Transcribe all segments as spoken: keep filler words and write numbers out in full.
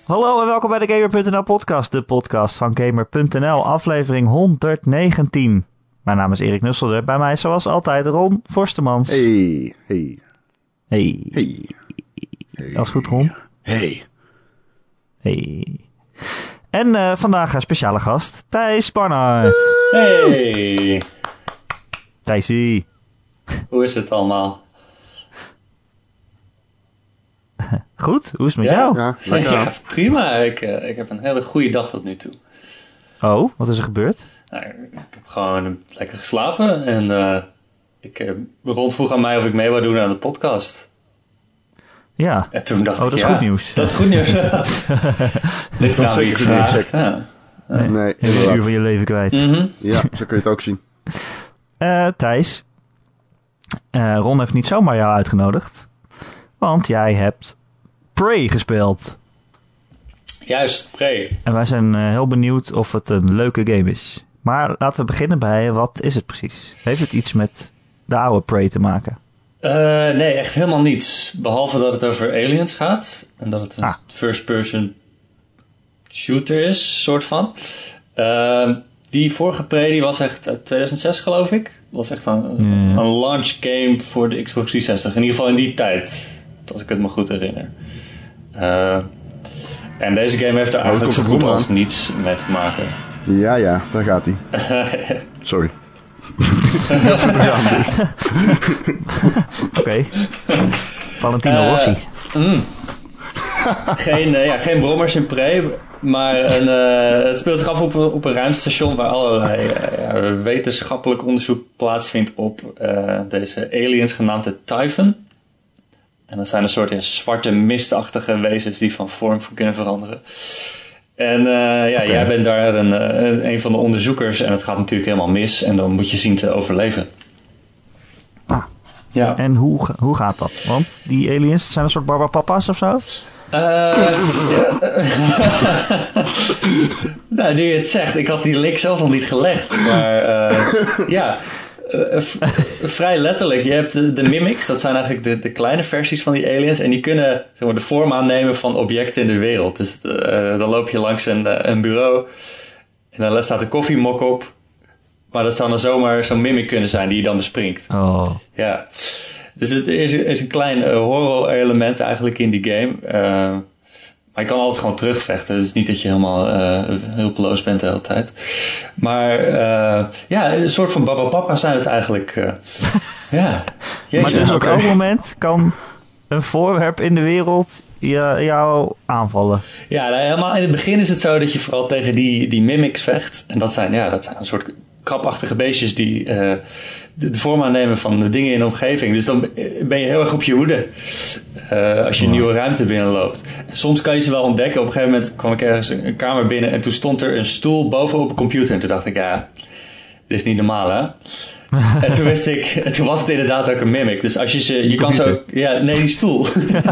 Hallo en welkom bij de Gamer punt n l podcast, de podcast van Gamer punt n l, aflevering honderdnegentien. Mijn naam is Erik Nusselder, bij mij zoals altijd Ron Forstemans. Hey, hey. Hey. Hey. Alles goed, Ron? Hey. Hey. En uh, vandaag een speciale gast, Thijs Barnard. Hey. Thijsie. Hoe is het allemaal? Goed, hoe is het met ja? jou? Ja, lekker. Ja, prima. Ik, uh, ik heb een hele goede dag tot nu toe. Oh, wat is er gebeurd? Nou, ik heb gewoon lekker geslapen en uh, ik, uh, Ron vroeg aan mij of ik mee wou doen aan de podcast. Ja. En toen dacht oh, ik, dat is ja, goed nieuws. Dat is goed nieuws. Ligt aan wie het vraagt. Ja. Nee, Nee, een uur van je leven kwijt. Mm-hmm. Ja, zo kun je het ook zien. Uh, Thijs, uh, Ron heeft niet zomaar jou uitgenodigd, want jij hebt Prey gespeeld. Juist, Prey. En wij zijn uh, heel benieuwd of het een leuke game is. Maar laten we beginnen bij, wat is het precies? Heeft het iets met de oude Prey te maken? Uh, nee, echt helemaal niets. Behalve dat het over aliens gaat. En dat het een ah. first-person shooter is, soort van. Uh, die vorige Prey die was echt uit tweeduizend zes, geloof ik. Was echt een, ja. een launch game voor de Xbox driehonderdzestig. In ieder geval in die tijd. Als ik het me goed herinner. Uh, en deze game heeft er oh, eigenlijk zo goed als niets mee te maken. Ja, ja, daar gaat hij. Sorry. Oké. Okay. Valentino uh, Rossi. Mm. geen, uh, ja, geen brommers in Prey, maar een, uh, het speelt zich af op, op een ruimtestation waar allerlei uh, wetenschappelijk onderzoek plaatsvindt op uh, deze aliens genaamd de Typhon. En dat zijn een soort ja, zwarte mistachtige wezens die van vorm kunnen veranderen. En uh, ja, okay. jij bent daar een, uh, een van de onderzoekers en het gaat natuurlijk helemaal mis en dan moet je zien te overleven. Ah. Ja. En hoe, hoe gaat dat? Want die aliens zijn een soort barbapapa's of zo? Uh, ja. Nou, nu je het zegt, ik had die link zelf nog niet gelegd, maar uh, ja... Uh, v- vrij letterlijk. Je hebt de, de mimics, dat zijn eigenlijk de, de kleine versies van die aliens. En die kunnen zeg maar, de vorm aannemen van objecten in de wereld. Dus uh, dan loop je langs een, uh, een bureau. En dan staat een koffiemok op. Maar dat zou dan zomaar zo'n mimic kunnen zijn die je dan bespringt. Oh. Ja. Dus het is, is een klein uh, horror element eigenlijk in die game. Uh, Maar je kan altijd gewoon terugvechten. Dus het is niet dat je helemaal uh, hulpeloos bent de hele tijd. Maar uh, ja, een soort van babapapa zijn het eigenlijk. Uh, ja. Jezus. Maar dus op elk moment kan een voorwerp in de wereld je, jou aanvallen. Ja, nou, helemaal in het begin is het zo dat je vooral tegen die, die mimics vecht. En dat zijn, ja, dat zijn een soort krabachtige beestjes die uh, de, de vorm aannemen van de dingen in de omgeving. Dus dan ben je heel erg op je hoede uh, als je een nieuwe ruimte binnenloopt. En soms kan je ze wel ontdekken. Op een gegeven moment kwam ik ergens een kamer binnen en toen stond er een stoel bovenop een computer. En toen dacht ik, ja, dit is niet normaal, hè? En toen wist ik, en toen was het inderdaad ook een mimic. Dus als je ze, je kan zo, ja, nee, die stoel.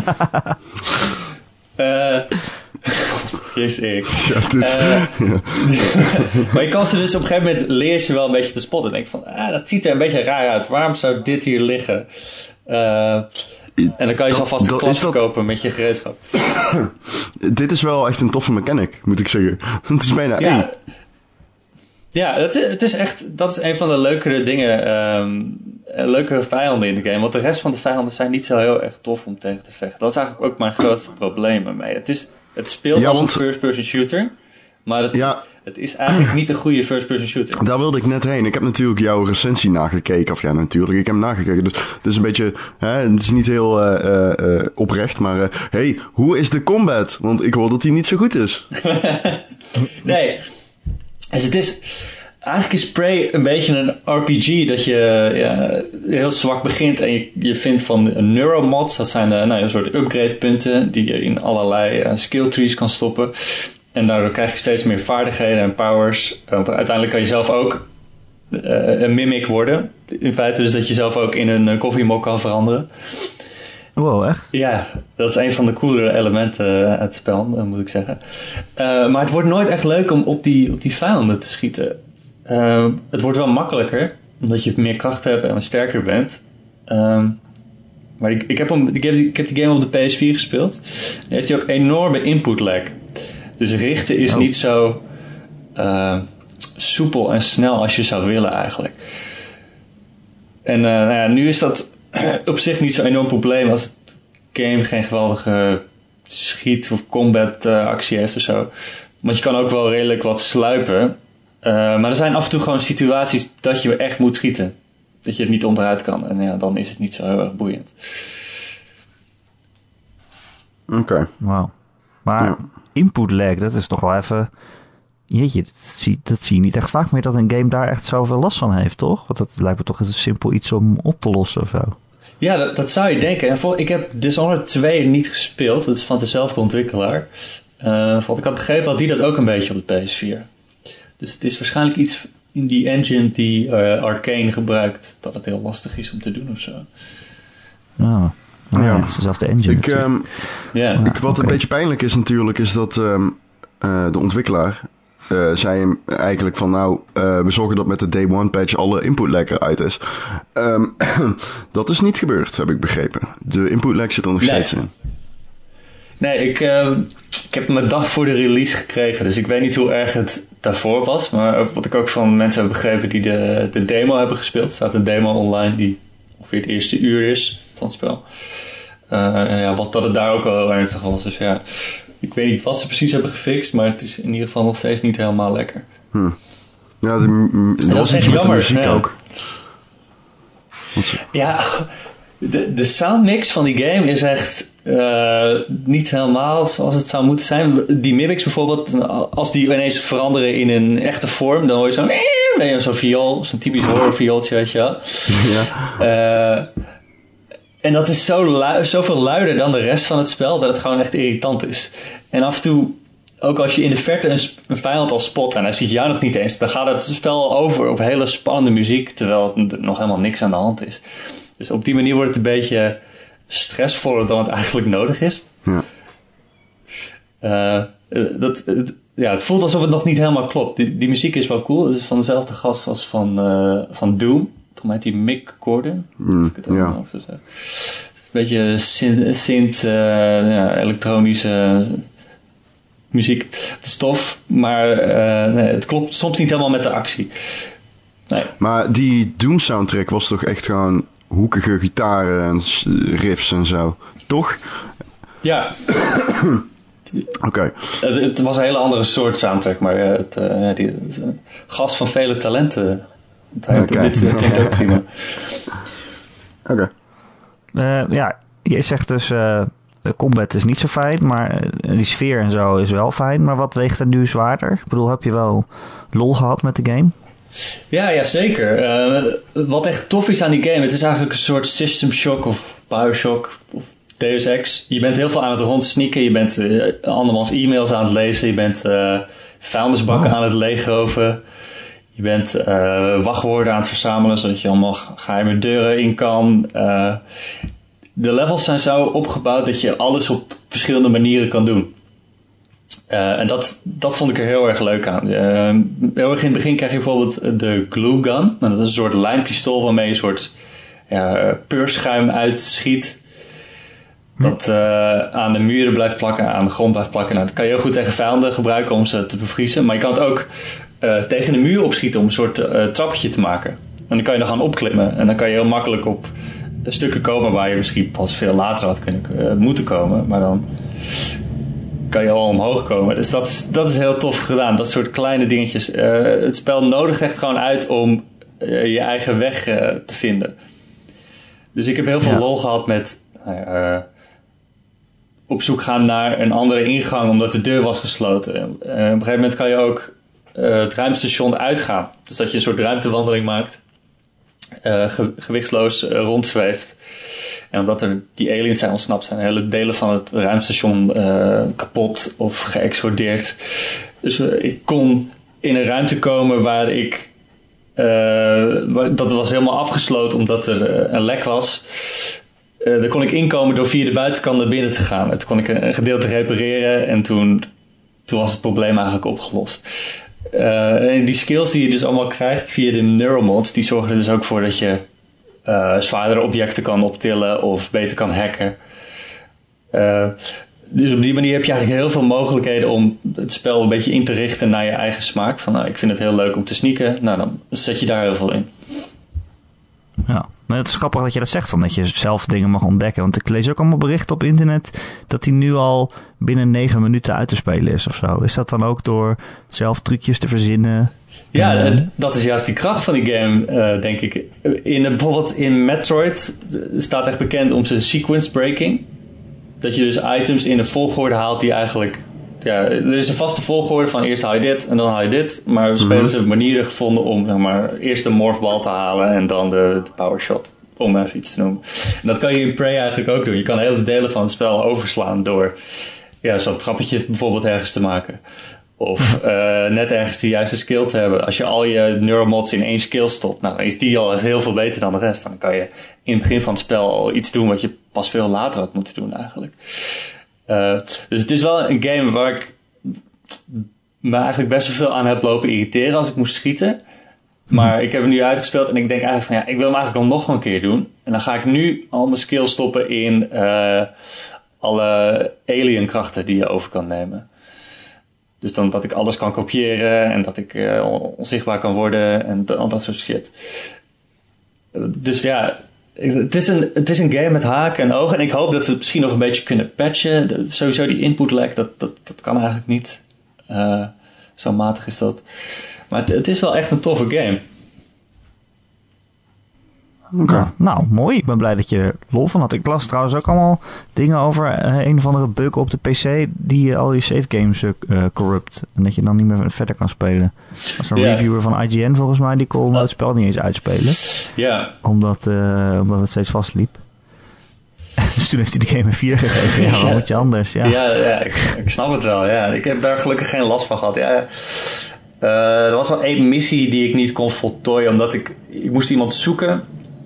uh, Jezus, Erik. Ja, dit, uh, ja. Maar je kan ze dus op een gegeven moment leer je ze wel een beetje te spotten. En denk van, ah, dat ziet er een beetje raar uit. Waarom zou dit hier liggen? Uh, en dan kan je ze alvast een klap verkopen met je gereedschap. Dit is wel echt een toffe mechanic, moet ik zeggen. Het is bijna ja. één. Ja, het, het is echt, dat is een van de leukere dingen, um, leukere vijanden in de game. Want de rest van de vijanden zijn niet zo heel erg tof om tegen te vechten. Dat is eigenlijk ook mijn grootste probleem ermee. Het, is, het speelt ja, als want... een first-person shooter, maar het, ja. het is eigenlijk niet een goede first-person shooter. Daar wilde ik net heen. Ik heb natuurlijk jouw recensie nagekeken. Of ja, natuurlijk, ik heb hem nagekeken. Dus het is een beetje, hè, het is niet heel uh, uh, oprecht, maar uh, hey, hoe is de combat? Want ik hoor dat die niet zo goed is. Nee. Dus het is, eigenlijk is Prey een beetje een R P G dat je ja, heel zwak begint en je, je vindt van neuromods, dat zijn uh, nou, een soort upgrade punten die je in allerlei uh, skill trees kan stoppen. En daardoor krijg je steeds meer vaardigheden en powers. Uh, uiteindelijk kan je zelf ook uh, een mimic worden. In feite dus dat je zelf ook in een uh, koffiemok kan veranderen. Wow, echt? Ja, dat is een van de coolere elementen uit het spel, moet ik zeggen. Uh, maar het wordt nooit echt leuk om op die, op die vijanden te schieten. Uh, het wordt wel makkelijker, omdat je meer kracht hebt en sterker bent. Uh, maar ik, ik, heb hem, ik, heb die, ik heb die game op de P S vier gespeeld. En heeft hij ook enorme input lag. Dus richten is oh. niet zo uh, soepel en snel als je zou willen eigenlijk. En uh, nou ja, nu is dat op zich niet zo'n enorm probleem als het game geen geweldige schiet- of combat uh, actie heeft of zo. Want je kan ook wel redelijk wat sluipen. Uh, maar er zijn af en toe gewoon situaties dat je echt moet schieten. Dat je het niet onderuit kan. En ja, dan is het niet zo heel erg boeiend. Oké. Okay. Wauw. Maar ja. Input lag, dat is toch wel even... Jeetje, dat zie, dat zie je niet echt vaak meer dat een game daar echt zoveel last van heeft, toch? Want dat lijkt me toch een simpel iets om op te lossen of zo. Ja, dat, dat zou je denken. En voor, ik heb Dishonored twee niet gespeeld. Dat is van dezelfde ontwikkelaar. Uh, want ik had begrepen dat die dat ook een beetje op de P S vier. Dus het is waarschijnlijk iets in die engine die uh, Arcane gebruikt, dat het heel lastig is om te doen of zo. Oh. Oh, ja, ja. het is dezelfde engine. Ik, um, yeah. ik, wat okay. een beetje pijnlijk is natuurlijk, is dat um, uh, de ontwikkelaar uh, zei hem eigenlijk van nou, uh, we zorgen dat met de day one patch alle input lag eruit is. Um, dat is niet gebeurd, heb ik begrepen. De input lag zit er nog nee. steeds in. Nee, ik, uh, ik heb hem een dag voor de release gekregen, dus ik weet niet hoe erg het daarvoor was. Maar wat ik ook van mensen heb begrepen die de, de demo hebben gespeeld. Er staat een demo online die ongeveer het eerste uur is van het spel. Uh, ja, wat dat het daar ook al heel ernstig was. Dus ja, ik weet niet wat ze precies hebben gefixt, maar het is in ieder geval nog steeds niet helemaal lekker. Hm. Ja, de, m- dat was echt jammer. De muziek ja. ook. Ja, de, de soundmix van die game is echt uh, niet helemaal zoals het zou moeten zijn. Die mimics bijvoorbeeld, als die ineens veranderen in een echte vorm, dan hoor je zo'n, eh, zo'n viool, zo'n typisch horrorviooltje, weet je wel. Ja. Uh, en dat is zo lu- zoveel luider dan de rest van het spel, dat het gewoon echt irritant is. En af en toe, ook als je in de verte een, sp- een vijand al spot en hij ziet jou nog niet eens, dan gaat het spel over op hele spannende muziek, terwijl het nog helemaal niks aan de hand is. Dus op die manier wordt het een beetje stressvoller dan het eigenlijk nodig is. Ja. Uh, dat, het, ja, het voelt alsof het nog niet helemaal klopt. Die, die muziek is wel cool. Het is van dezelfde gast als van, uh, van Doom. Voor mij heet die Mick Gordon. Mm, ik het ja. Een beetje synth, synth uh, ja, elektronische muziek. Het is tof, maar uh, nee, het klopt soms niet helemaal met de actie. Nee. Maar die Doom soundtrack was toch echt gewoon hoekige gitaren en riffs en zo, toch? Ja. Oké. Okay. Het, het was een hele andere soort soundtrack, maar uh, het, uh, die, het, uh, gast van vele talenten. Het, okay. Dit uh, klinkt ook prima. Oké. Okay. Uh, ja, je zegt dus uh, de combat is niet zo fijn, maar uh, die sfeer en zo is wel fijn. Maar wat weegt er nu zwaarder? Ik bedoel, heb je wel lol gehad met de game? Ja, ja zeker. Uh, wat echt tof is aan die game, het is eigenlijk een soort System Shock of Bioshock of Deus Ex. Je bent heel veel aan het rondsneaken, je bent uh, andermans e-mails aan het lezen, je bent uh, vuilnisbakken oh. aan het leegroven. Je bent uh, wachtwoorden aan het verzamelen, zodat je allemaal geheime deuren in kan. Uh, de levels zijn zo opgebouwd dat je alles op verschillende manieren kan doen. Uh, en dat, dat vond ik er heel erg leuk aan. Uh, heel erg in het begin krijg je bijvoorbeeld de glue gun. Dat is een soort lijmpistool waarmee je een soort ja, peurschuim uitschiet. Dat uh, aan de muren blijft plakken, aan de grond blijft plakken. Nou, dat kan je heel goed tegen vijanden gebruiken om ze te bevriezen. Maar je kan het ook uh, tegen de muur opschieten om een soort uh, trappetje te maken. En dan kan je er gaan opklimmen. En dan kan je heel makkelijk op stukken komen waar je misschien pas veel later had kunnen uh, moeten komen. Maar dan kan je al omhoog komen. Dus dat is, dat is heel tof gedaan. Dat soort kleine dingetjes. Uh, het spel nodigt echt gewoon uit om uh, je eigen weg uh, te vinden. Dus ik heb heel veel ja. lol gehad met Uh, op zoek gaan naar een andere ingang omdat de deur was gesloten. Uh, op een gegeven moment kan je ook uh, het ruimtestation uitgaan. Dus dat je een soort ruimtewandeling maakt. Uh, ge- gewichtsloos uh, rondzweeft. En omdat er die aliens zijn ontsnapt, zijn hele delen van het ruimtestation uh, kapot of geëxplodeerd. Dus uh, ik kon in een ruimte komen waar ik Uh, waar, dat was helemaal afgesloten omdat er uh, een lek was. Uh, daar kon ik inkomen door via de buitenkant naar binnen te gaan. En toen kon ik een, een gedeelte repareren en toen, toen was het probleem eigenlijk opgelost. Uh, en die skills die je dus allemaal krijgt via de neuromods, die zorgen er dus ook voor dat je uh, zwaardere objecten kan optillen of beter kan hacken. Uh, dus op die manier heb je eigenlijk heel veel mogelijkheden om het spel een beetje in te richten naar je eigen smaak. Van nou, ik vind het heel leuk om te sneaken. Nou, dan zet je daar heel veel in. Ja, maar het is grappig dat je dat zegt, van dat je zelf dingen mag ontdekken. Want ik lees ook allemaal berichten op internet dat hij nu al binnen negen minuten uit te spelen is of zo. Is dat dan ook door zelf trucjes te verzinnen? Ja, uh, dat is juist die kracht van die game, uh, denk ik. In, bijvoorbeeld in Metroid staat echt bekend om zijn sequence breaking. Dat je dus items in een volgorde haalt die eigenlijk... Ja, er is een vaste volgorde van eerst haal je dit en dan haal je dit. Maar de spelers hebben manieren gevonden om zeg maar, eerst de morphbal te halen en dan de, de power shot. Om even iets te noemen. En dat kan je in Prey eigenlijk ook doen. Je kan hele delen van het spel overslaan door ja, zo'n trappetje bijvoorbeeld ergens te maken. Of uh, net ergens de juiste skill te hebben. Als je al je neuromods in één skill stopt, nou, dan is die al heel veel beter dan de rest. Dan kan je in het begin van het spel al iets doen wat je pas veel later had moeten doen eigenlijk. Uh, dus het is wel een game waar ik me eigenlijk best wel veel aan heb lopen irriteren als ik moest schieten. Maar ik heb hem nu uitgespeeld en ik denk eigenlijk van ja, ik wil hem eigenlijk al nog een keer doen. En dan ga ik nu al mijn skills stoppen in uh, alle alien krachten die je over kan nemen. Dus dan dat ik alles kan kopiëren en dat ik uh, onzichtbaar kan worden en al dat soort shit. Dus ja, het is, een, het is een game met haken en ogen. En ik hoop dat ze het misschien nog een beetje kunnen patchen. De, sowieso die input lag, dat, dat, dat kan eigenlijk niet. Uh, zo matig is dat. Maar het, het is wel echt een toffe game. Oké. Okay. Nou, nou, mooi. Ik ben blij dat je er lol van had. Ik las trouwens ook allemaal dingen over uh, een of andere bug op de P C die uh, al je save games uh, corrupt. En dat je dan niet meer verder kan spelen. Als een yeah. reviewer van I G N volgens mij, die kon uh, het spel niet eens uitspelen. Ja. Yeah. Omdat, uh, omdat het steeds vastliep. Dus toen heeft hij de game een vier gegeven. Ja, wat ja. moet je anders? Ja, ja, ja ik, ik snap het wel. Ja. Ik heb daar gelukkig geen last van gehad. Ja. Uh, er was wel één missie die ik niet kon voltooien. Omdat ik... Ik moest iemand zoeken...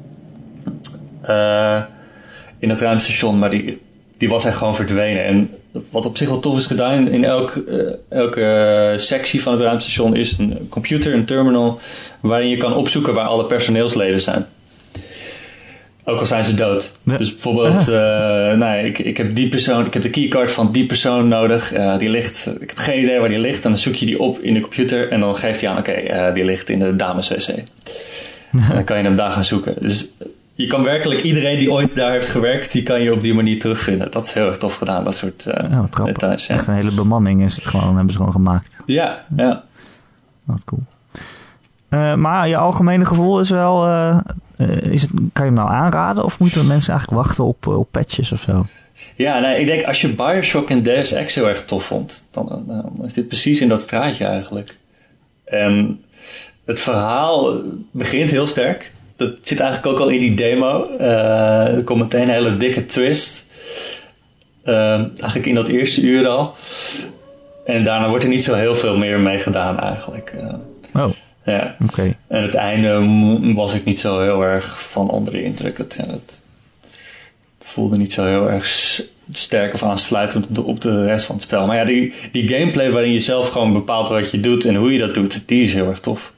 Uh, in het ruimtestation, maar die, die was echt gewoon verdwenen. En wat op zich wel tof is gedaan, in elk, uh, elke uh, sectie van het ruimtestation is een computer, een terminal, waarin je kan opzoeken waar alle personeelsleden zijn. Ook al zijn ze dood. Ja. Dus bijvoorbeeld, uh, nou, ik, ik heb die persoon, ik heb de keycard van die persoon nodig. Uh, die ligt, ik heb geen idee waar die ligt. En dan zoek je die op in de computer en dan geeft hij aan, oké, okay, uh, die ligt in de dames-wc. En dan kan je hem daar gaan zoeken. Dus je kan werkelijk iedereen die ooit daar heeft gewerkt, die kan je op die manier terugvinden. Dat is heel erg tof gedaan, dat soort uh, ja, details. Ja. Echt een hele bemanning is het gewoon, hebben ze gewoon gemaakt. Ja, ja. Wat cool. Uh, maar je algemene gevoel is wel, uh, uh, is het, kan je hem nou aanraden of moeten mensen eigenlijk wachten op, uh, op patches of zo? Ja, nee, ik denk als je Bioshock en Deus Ex heel erg tof vond, dan, dan is dit precies in dat straatje eigenlijk. En het verhaal begint heel sterk. Dat zit eigenlijk ook al in die demo. Uh, er komt meteen een hele dikke twist. Uh, eigenlijk in dat eerste uur al. En daarna wordt er niet zo heel veel meer mee gedaan eigenlijk. Uh, oh, ja. oké. Okay. En het einde was ik niet zo heel erg van onder de indruk. Dat, ja, dat voelde niet zo heel erg sterk of aansluitend op de, op de rest van het spel. Maar ja, die, die gameplay waarin je zelf gewoon bepaalt wat je doet en hoe je dat doet, die is heel erg tof.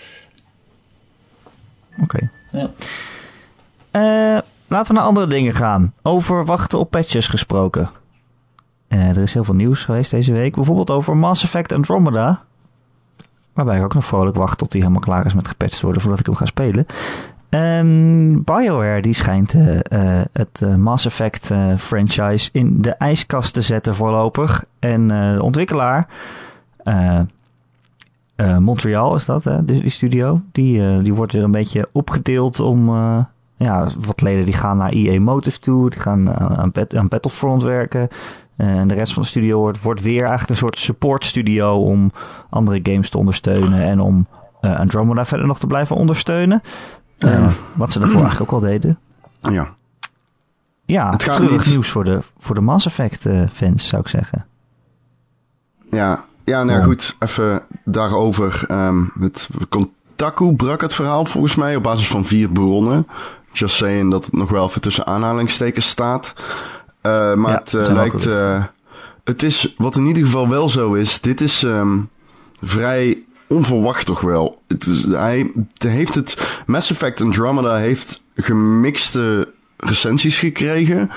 Oké. Okay. Ja. Uh, laten we naar andere dingen gaan. Over wachten op patches gesproken. Uh, er is heel veel nieuws geweest deze week. Bijvoorbeeld over Mass Effect Andromeda. Waarbij ik ook nog vrolijk wacht tot hij helemaal klaar is met gepatcht worden voordat ik hem ga spelen. Um, BioWare die schijnt uh, uh, het uh, Mass Effect uh, franchise in de ijskast te zetten voorlopig. En uh, de ontwikkelaar... Uh, Uh, Montreal is dat, hè? Die, die studio. Die, uh, die wordt weer een beetje opgedeeld om... Uh, ja, wat leden die gaan naar E A Motive toe. Die gaan uh, aan, Bat- aan Battlefront werken. Uh, en de rest van de studio wordt, wordt weer eigenlijk een soort support studio... om andere games te ondersteunen... en om uh, Andromeda verder nog te blijven ondersteunen. Uh, uh. Wat ze daarvoor eigenlijk ook al deden. Ja. Ja, het gaat niet... nieuws voor de, voor de Mass Effect uh, fans, zou ik zeggen. Ja... Ja, nou ja, goed, even daarover. Um, het Kotaku brak het verhaal volgens mij op basis van vier bronnen. Just saying dat het nog wel even tussen aanhalingstekens staat. Uh, maar ja, het uh, lijkt... Uh, het is, wat in ieder geval wel zo is, dit is um, vrij onverwacht toch wel. Het is, hij heeft het... Mass Effect Andromeda heeft gemixte recensies gekregen...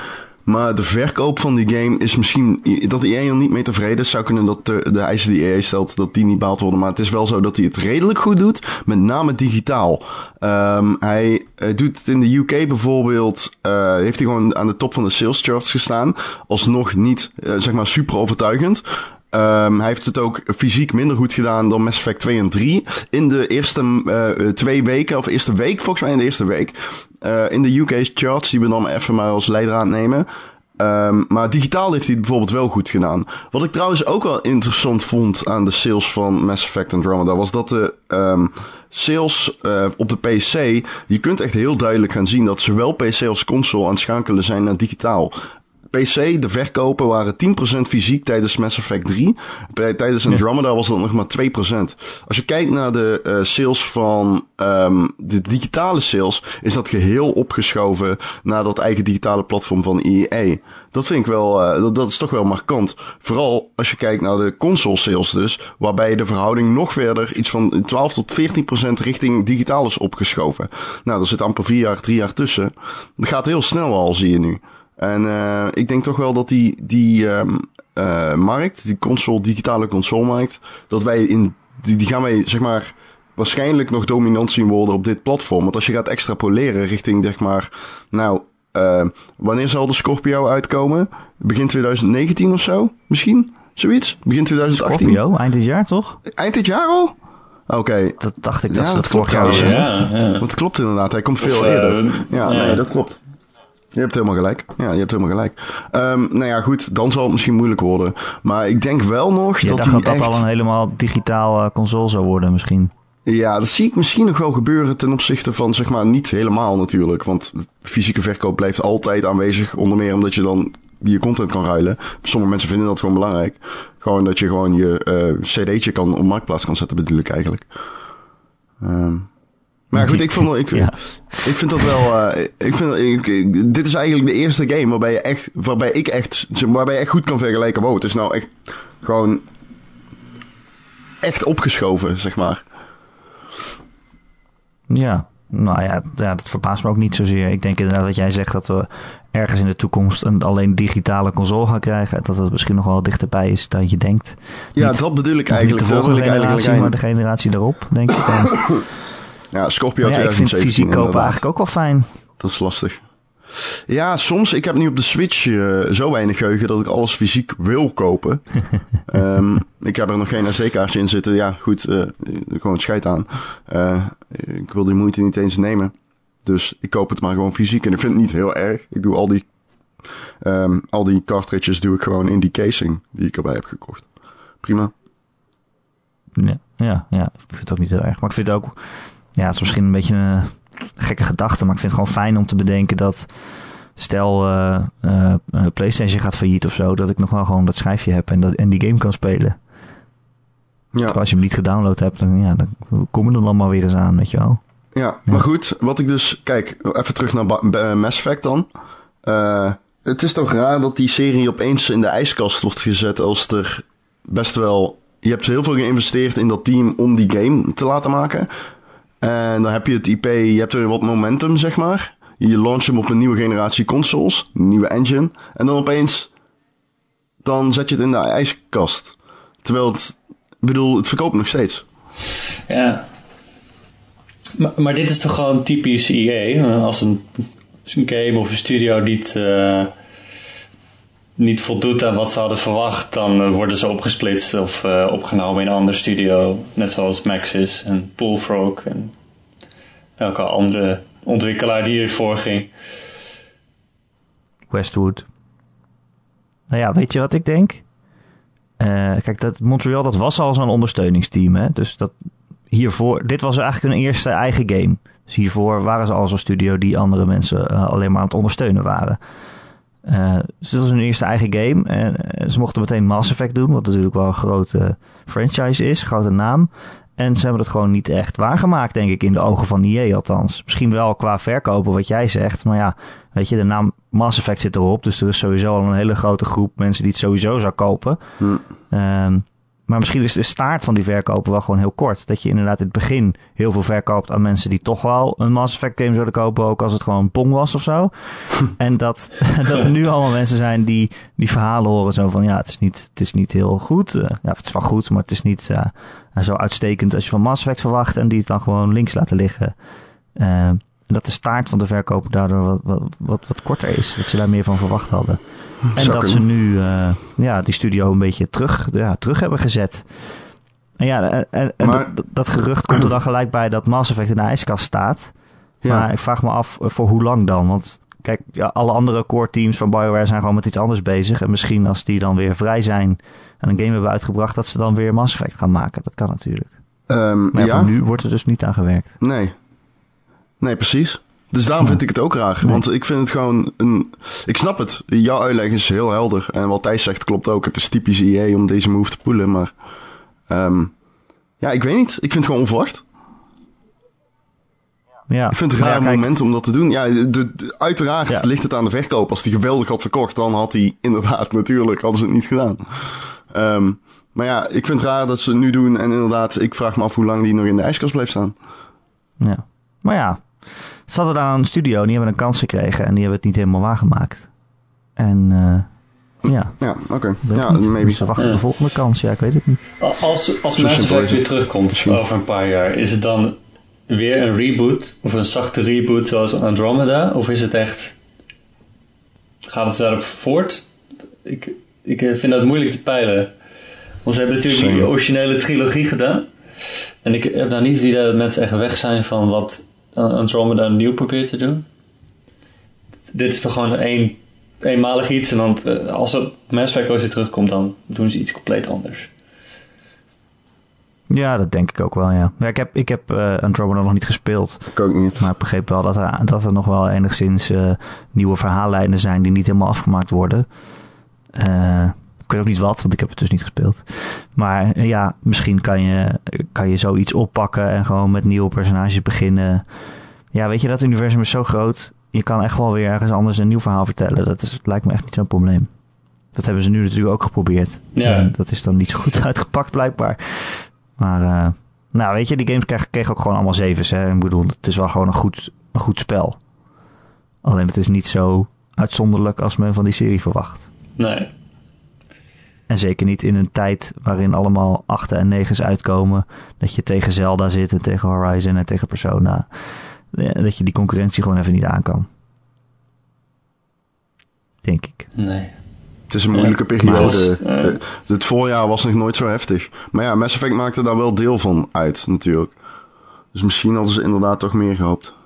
Maar de verkoop van die game is misschien... Dat E A er niet mee tevreden is. Zou kunnen dat de, de eisen die E A stelt, dat die niet behaald worden. Maar het is wel zo dat hij het redelijk goed doet. Met name digitaal. Um, hij, hij doet het in de U K bijvoorbeeld... Uh, heeft hij gewoon aan de top van de sales charts gestaan. Alsnog niet, uh, zeg maar, super overtuigend. Um, hij heeft het ook fysiek minder goed gedaan dan Mass Effect twee en drie. In de eerste uh, twee weken, of eerste week, volgens mij in de eerste week. Uh, in de U K charts, die we dan even maar als leidraad nemen. Um, maar digitaal heeft hij het bijvoorbeeld wel goed gedaan. Wat ik trouwens ook wel interessant vond aan de sales van Mass Effect Andromeda... was dat de um, sales uh, op de P C... Je kunt echt heel duidelijk gaan zien dat zowel P C als console aan het schakelen zijn naar digitaal... P C, de verkopen waren tien procent fysiek tijdens Mass Effect drie. Bij, tijdens Andromeda was dat nog maar twee procent. Als je kijkt naar de uh, sales van um, de digitale sales, is dat geheel opgeschoven naar dat eigen digitale platform van E A. Dat vind ik wel, uh, dat, dat is toch wel markant. Vooral als je kijkt naar de console sales dus, waarbij de verhouding nog verder iets van twaalf tot veertien procent richting digitaal is opgeschoven. Nou, er zit amper vier jaar, drie jaar tussen. Dat gaat heel snel al, zie je nu. En uh, ik denk toch wel dat die, die um, uh, markt, die console, digitale consolemarkt, dat wij in, die, die gaan wij, zeg maar, waarschijnlijk nog dominant zien worden op dit platform. Want als je gaat extrapoleren richting, zeg maar, nou, uh, wanneer zal de Scorpio uitkomen? Begin twintig negentien of zo? Misschien? Zoiets? Begin twintig achttien? Scorpio, eind dit jaar toch? Eind dit jaar al? Oké. Okay. Dat dacht ik dat ja, ze dat, dat vorig jaar was. Ja, ja. Want het klopt inderdaad, hij komt veel of, eerder. Uh, ja, ja, nee, dat klopt. Je hebt helemaal gelijk. Ja, je hebt helemaal gelijk. Um, nou ja, goed, dan zal het misschien moeilijk worden. Maar ik denk wel nog je dat dacht die dat echt... dat al een helemaal digitaal uh, console zou worden misschien. Ja, dat zie ik misschien nog wel gebeuren ten opzichte van, zeg maar, niet helemaal natuurlijk. Want fysieke verkoop blijft altijd aanwezig. Onder meer omdat je dan je content kan ruilen. Sommige mensen vinden dat gewoon belangrijk. Gewoon dat je gewoon je uh, cd'tje kan op marktplaats kan zetten, bedoel ik eigenlijk. Um, Maar goed, ik, vond, ik, ja. ik vind dat wel... Uh, ik vind, ik, ik, dit is eigenlijk de eerste game waarbij, je echt, waarbij ik echt... Waarbij je echt goed kan vergelijken. Wow, het is nou echt gewoon... Echt opgeschoven, zeg maar. Ja, nou ja, ja, dat verbaast me ook niet zozeer. Ik denk inderdaad dat jij zegt dat we ergens in de toekomst een alleen digitale console gaan krijgen. Dat dat misschien nog wel dichterbij is dan je denkt. Ja, niet, dat bedoel ik eigenlijk. Niet de volgende generatie, maar de generatie daarop, denk ik. En, ja, Scorpio ja, ik vind fysiek kopen eigenlijk ook wel fijn. Dat is lastig. Ja, soms. Ik heb nu op de Switch uh, zo weinig geheugen dat ik alles fysiek wil kopen. um, ik heb er nog geen S D-kaartje in zitten. Ja, goed. Uh, gewoon scheid aan. Uh, ik wil die moeite niet eens nemen. Dus ik koop het maar gewoon fysiek. En ik vind het niet heel erg. Ik doe al die, um, al die cartridges doe ik gewoon in die casing die ik erbij heb gekocht. Prima. Ja, ja, ja, ik vind het ook niet heel erg. Maar ik vind het ook... Ja, het is misschien een beetje een gekke gedachte, maar ik vind het gewoon fijn om te bedenken dat... Stel, uh, uh, uh, PlayStation gaat failliet of zo, dat ik nog wel gewoon dat schijfje heb en, dat, en die game kan spelen. Ja. Terwijl als je hem niet gedownload hebt, dan, ja, dan kom je er dan maar weer eens aan, weet je wel. Ja, ja, maar goed, wat ik dus... Kijk, even terug naar ba- ba- Mass Effect dan. Uh, het is toch raar dat die serie opeens in de ijskast wordt gezet als er best wel... Je hebt heel veel geïnvesteerd in dat team om die game te laten maken. En dan heb je het I P, je hebt er wat momentum, zeg maar. Je launcht hem op een nieuwe generatie consoles, een nieuwe engine. En dan opeens, dan zet je het in de ijskast. Terwijl het, ik bedoel, het verkoopt nog steeds. Ja. Maar, maar dit is toch gewoon typisch E A? Als een, als een game of een studio niet, uh, niet voldoet aan wat ze hadden verwacht, dan uh, worden ze opgesplitst of uh, opgenomen in een ander studio. Net zoals Maxis en Bullfrog en elke andere ontwikkelaar die hiervoor ging. Westwood. Nou ja, weet je wat ik denk? Uh, kijk, dat Montreal, dat was al zo'n ondersteuningsteam, hè? Dus dat hiervoor, dit was eigenlijk hun eerste eigen game. Dus hiervoor waren ze al zo'n studio die andere mensen uh, alleen maar aan het ondersteunen waren. Uh, dus dit was hun eerste eigen game. En uh, ze mochten meteen Mass Effect doen, wat natuurlijk wel een grote franchise is, grote naam. En ze hebben het gewoon niet echt waargemaakt, denk ik, in de ogen van E A althans. Misschien wel qua verkopen, wat jij zegt. Maar ja, weet je, de naam Mass Effect zit erop. Dus er is sowieso al een hele grote groep mensen die het sowieso zou kopen. Hm. Um, maar misschien is de staart van die verkopen wel gewoon heel kort. Dat je inderdaad in het begin heel veel verkoopt aan mensen die toch wel een Mass Effect game zouden kopen, ook als het gewoon Pong was of zo. En dat, dat er nu allemaal mensen zijn die die verhalen horen zo van ja, het is niet, het is niet heel goed. Uh, ja, het is wel goed, maar het is niet uh, zo uitstekend als je van Mass Effect verwacht en die het dan gewoon links laten liggen. Uh, en dat de staart van de verkoop daardoor wat, wat, wat, wat korter is. Dat ze daar meer van verwacht hadden. En Zakken. dat ze nu uh, ja, die studio een beetje terug, ja, terug hebben gezet. En ja, en, en, en maar, dat, dat gerucht komt er dan gelijk bij dat Mass Effect in de ijskast staat. Ja. Maar ik vraag me af voor hoe lang dan. Want kijk, ja, alle andere core teams van BioWare zijn gewoon met iets anders bezig. En misschien als die dan weer vrij zijn en een game hebben uitgebracht, dat ze dan weer Mass Effect gaan maken. Dat kan natuurlijk. Um, Maar ja, ja? voor nu wordt er dus niet aan gewerkt. Nee. Nee, precies. Dus daarom vind ik het ook raar. Nee. Want ik vind het gewoon een... Ik snap het. Jouw uitleg is heel helder. En wat Thijs zegt klopt ook. Het is typisch E A om deze move te poelen. Maar um, ja, ik weet niet. Ik vind het gewoon onverwacht. Ja. Ik vind het een Maar raar ja, kijk, moment om dat te doen. Ja, de, de, uiteraard Ja. ligt het aan de verkoop. Als die geweldig had verkocht, dan had hij inderdaad natuurlijk, hadden ze het niet gedaan. Um, maar ja, ik vind het raar dat ze het nu doen. En inderdaad, ik vraag me af hoe lang die nog in de ijskast blijft staan. Ja. Maar ja, ze hadden daar een studio en die hebben een kans gekregen en die hebben het niet helemaal waargemaakt. En uh, ja, Ja, oké. Okay. weet Ja, niet. maybe. Ze wachten op Ja. de volgende kans. Ja, ik weet het niet. Als, als Zo Mass simpel Effect is weer het. terugkomt Misschien. over een paar jaar, is het dan weer een reboot? Of een zachte reboot zoals Andromeda? Of is het echt... Gaat het daarop voort? Ik, ik vind dat moeilijk te peilen. Want ze hebben natuurlijk die Same. originele trilogie gedaan. En ik heb nou niet het idee dat mensen echt weg zijn van wat Andromeda nieuw probeert te doen. Dit is toch gewoon een eenmalig iets. En dan, uh, als het Mass Effect ooit weer terugkomt, dan doen ze iets compleet anders. Ja, dat denk ik ook wel, ja. ja ik heb, ik heb uh, Andromeda nog niet gespeeld. Ik ook niet. Maar ik begreep wel dat er, dat er nog wel enigszins uh, nieuwe verhaallijnen zijn die niet helemaal afgemaakt worden. Uh, ik weet ook niet wat, want ik heb het dus niet gespeeld. Maar uh, ja, misschien kan je, kan je zoiets oppakken en gewoon met nieuwe personages beginnen. Ja, weet je, dat universum is zo groot. Je kan echt wel weer ergens anders een nieuw verhaal vertellen. Dat, is, dat lijkt me echt niet zo'n probleem. Dat hebben ze nu natuurlijk ook geprobeerd. Ja. En dat is dan niet zo goed uitgepakt blijkbaar. Maar uh, nou, weet je, die games kregen, kregen ook gewoon allemaal zevens. Hè? Ik bedoel, het is wel gewoon een goed, een goed spel. Alleen het is niet zo uitzonderlijk als men van die serie verwacht. Nee. En zeker niet in een tijd waarin allemaal achten en negens uitkomen. Dat je tegen Zelda zit en tegen Horizon en tegen Persona. Dat je die concurrentie gewoon even niet aan kan. Denk ik. Nee. Het is een moeilijke Ja, periode. maar het was, uh, Het voorjaar was nog nooit zo heftig. Maar ja, Mass Effect maakte daar wel deel van uit, natuurlijk. Dus misschien hadden ze inderdaad toch meer gehoopt.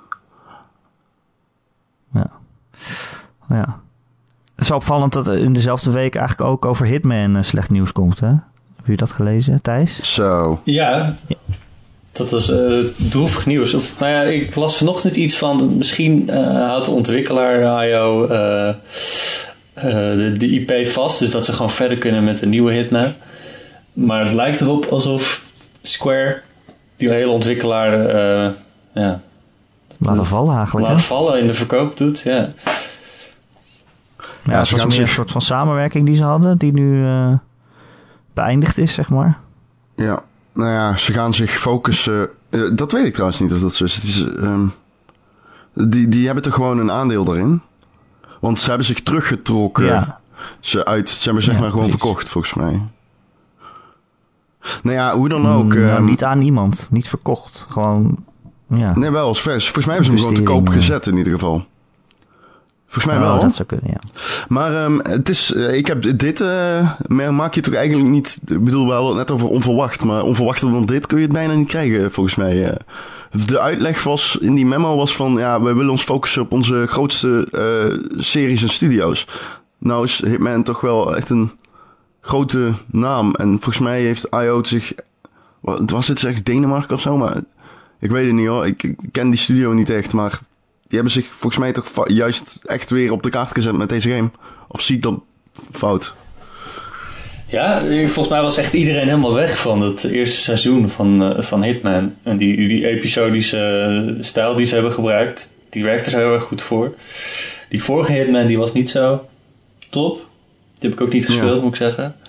Ja. Ja. Het is wel opvallend dat er in dezelfde week eigenlijk ook over Hitman uh, slecht nieuws komt, hè? Heb je dat gelezen, Thijs? Zo. Ja, dat was uh, droevig nieuws. Of, nou ja, ik las vanochtend iets van... Misschien uh, houdt de ontwikkelaar I O uh, uh, de, de I P vast. Dus dat ze gewoon verder kunnen met een nieuwe Hitman. Maar het lijkt erop alsof Square... die hele ontwikkelaar... Uh, ja, Laten vallen eigenlijk, laat hè? vallen in de verkoop doet, ja. Ja, Ja, het ze was gaan meer zich- een soort van samenwerking die ze hadden, die nu uh, beëindigd is, zeg maar. Ja, nou ja, ze gaan zich focussen... Uh, dat weet ik trouwens niet of dat zo is. Het is um, die, die hebben toch gewoon een aandeel daarin? Want ze hebben zich teruggetrokken. Ja. Ze, uit, ze hebben zeg Ja, maar gewoon precies. verkocht, volgens mij. Nou ja, hoe dan ook. Mm, nou, um, niet aan iemand, niet verkocht. Gewoon, ja. Nee, wel. Volgens volgens mij hebben ze hem gewoon te koop Investeringen. gezet in ieder geval. Volgens mij Oh, wel. dat zou kunnen, ja. Maar um, het is, uh, ik heb dit, uh, maak je toch eigenlijk niet, ik bedoel, we hadden het net over onverwacht, maar onverwachter dan dit kun je het bijna niet krijgen, volgens mij. Uh, de uitleg was, in die memo was van, ja, we willen ons focussen op onze grootste uh, series en studio's. Nou is Hitman toch wel echt een grote naam en volgens mij heeft I O zich, was dit zeg Denemarken of zo, maar ik weet het niet hoor, ik, ik ken die studio niet echt, maar... Die hebben zich volgens mij toch fa- juist echt weer op de kaart gezet met deze game. Of zie ik dat fout? Ja, volgens mij was echt iedereen helemaal weg van het eerste seizoen van, uh, van Hitman. En die, die episodische stijl die ze hebben gebruikt, die werkte er heel erg goed voor. Die vorige Hitman die was niet zo top. Die heb ik ook niet gespeeld, Ja. moet ik zeggen.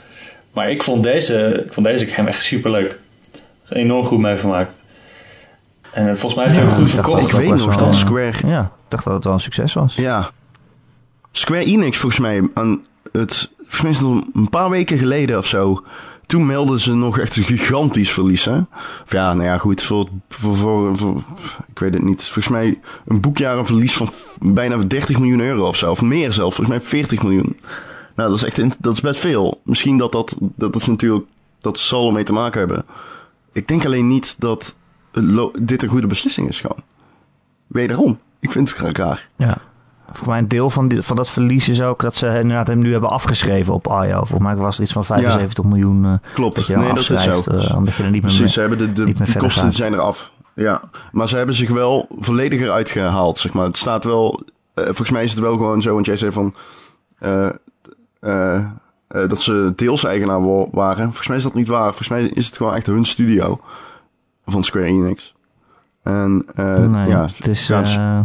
Maar ik vond deze, ik vond deze game echt superleuk. Enorm goed mee vermaakt. En uh, volgens mij heeft hij Ja, ook goed ik dacht verkocht. Ik weet nog wel, dat uh, Square... Ja, ik dacht dat het wel een succes was. Ja. Square Enix volgens mij, aan het, volgens mij is het een paar weken geleden of zo. Toen meldden ze nog echt een gigantisch verlies, hè? Of ja, nou ja, goed, voor, voor, voor, voor, ik weet het niet. Volgens mij een boekjaar een verlies van bijna dertig miljoen euro of zo. Of meer zelf, volgens mij veertig miljoen. Nou, dat is echt, dat is best veel. Misschien dat dat, dat is natuurlijk, dat zal ermee te maken hebben. Ik denk alleen niet dat dit een goede beslissing is gewoon. Wederom, ik vind het raar. Ja. Volgens mij een deel van, die, van dat verlies is ook dat ze inderdaad hem nu hebben afgeschreven op I O. Volgens mij was het iets van vijfenzeventig ja. miljoen. Uh, Klopt, dat je nee, dat is zo. Uh, omdat je er niet Precies, meer, ze hebben de, de, de kosten gaat. zijn eraf. Ja, maar ze hebben zich wel volledig eruit gehaald, zeg maar. Het staat wel, uh, volgens mij is het wel gewoon zo, want jij zei van, uh, uh, uh, dat ze deels eigenaar waren. Volgens mij is dat niet waar. Volgens mij is het gewoon echt hun studio van Square Enix. En uh, nee, ja, het is... Uh,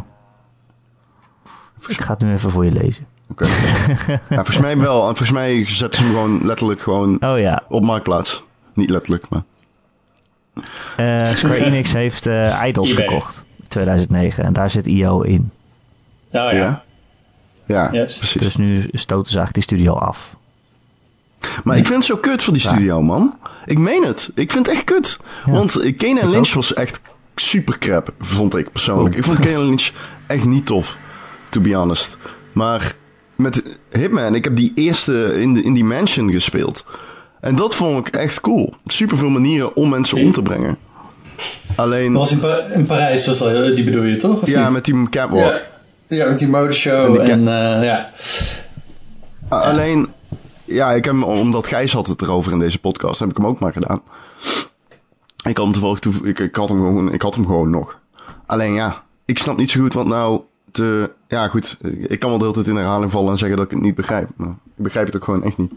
ik ga het nu even voor je lezen. Oké. Okay. Ja, volgens mij wel. En volgens mij zetten ze hem gewoon letterlijk gewoon oh, ja. op marktplaats. Niet letterlijk, maar... Uh, Square Enix heeft uh, Idols eBay. gekocht in tweeduizend negen. En daar zit I O in. Oh ja. Ja, ja yes. precies. Dus nu stoten ze eigenlijk die studio af. Maar nee. ik vind het zo kut voor die studio, man. Ik meen het. Ik vind het echt kut. Ja. Want Kane en Lynch was echt super crap, vond ik persoonlijk. Oh. Ik vond Kane en Lynch echt niet tof. To be honest. Maar met Hitman, ik heb die eerste in, de, in die mansion gespeeld. En dat vond ik echt cool. Super veel manieren om mensen om te brengen. Alleen... Dat was in, pa- in Parijs, was dat, die bedoel je toch? Of ja, niet? met die catwalk. Ja, ja met die modeshow en, en uh, ja. Uh, alleen, ja, ik heb, omdat Gijs had het erover in deze podcast, heb ik hem ook maar gedaan. Ik had hem toevallig toe, ik, ik, had hem gewoon, ik had hem gewoon nog. Alleen ja, ik snap niet zo goed wat nou... De, ja, goed. Ik kan wel de hele tijd in herhaling vallen en zeggen dat ik het niet begrijp. Maar ik begrijp het ook gewoon echt niet.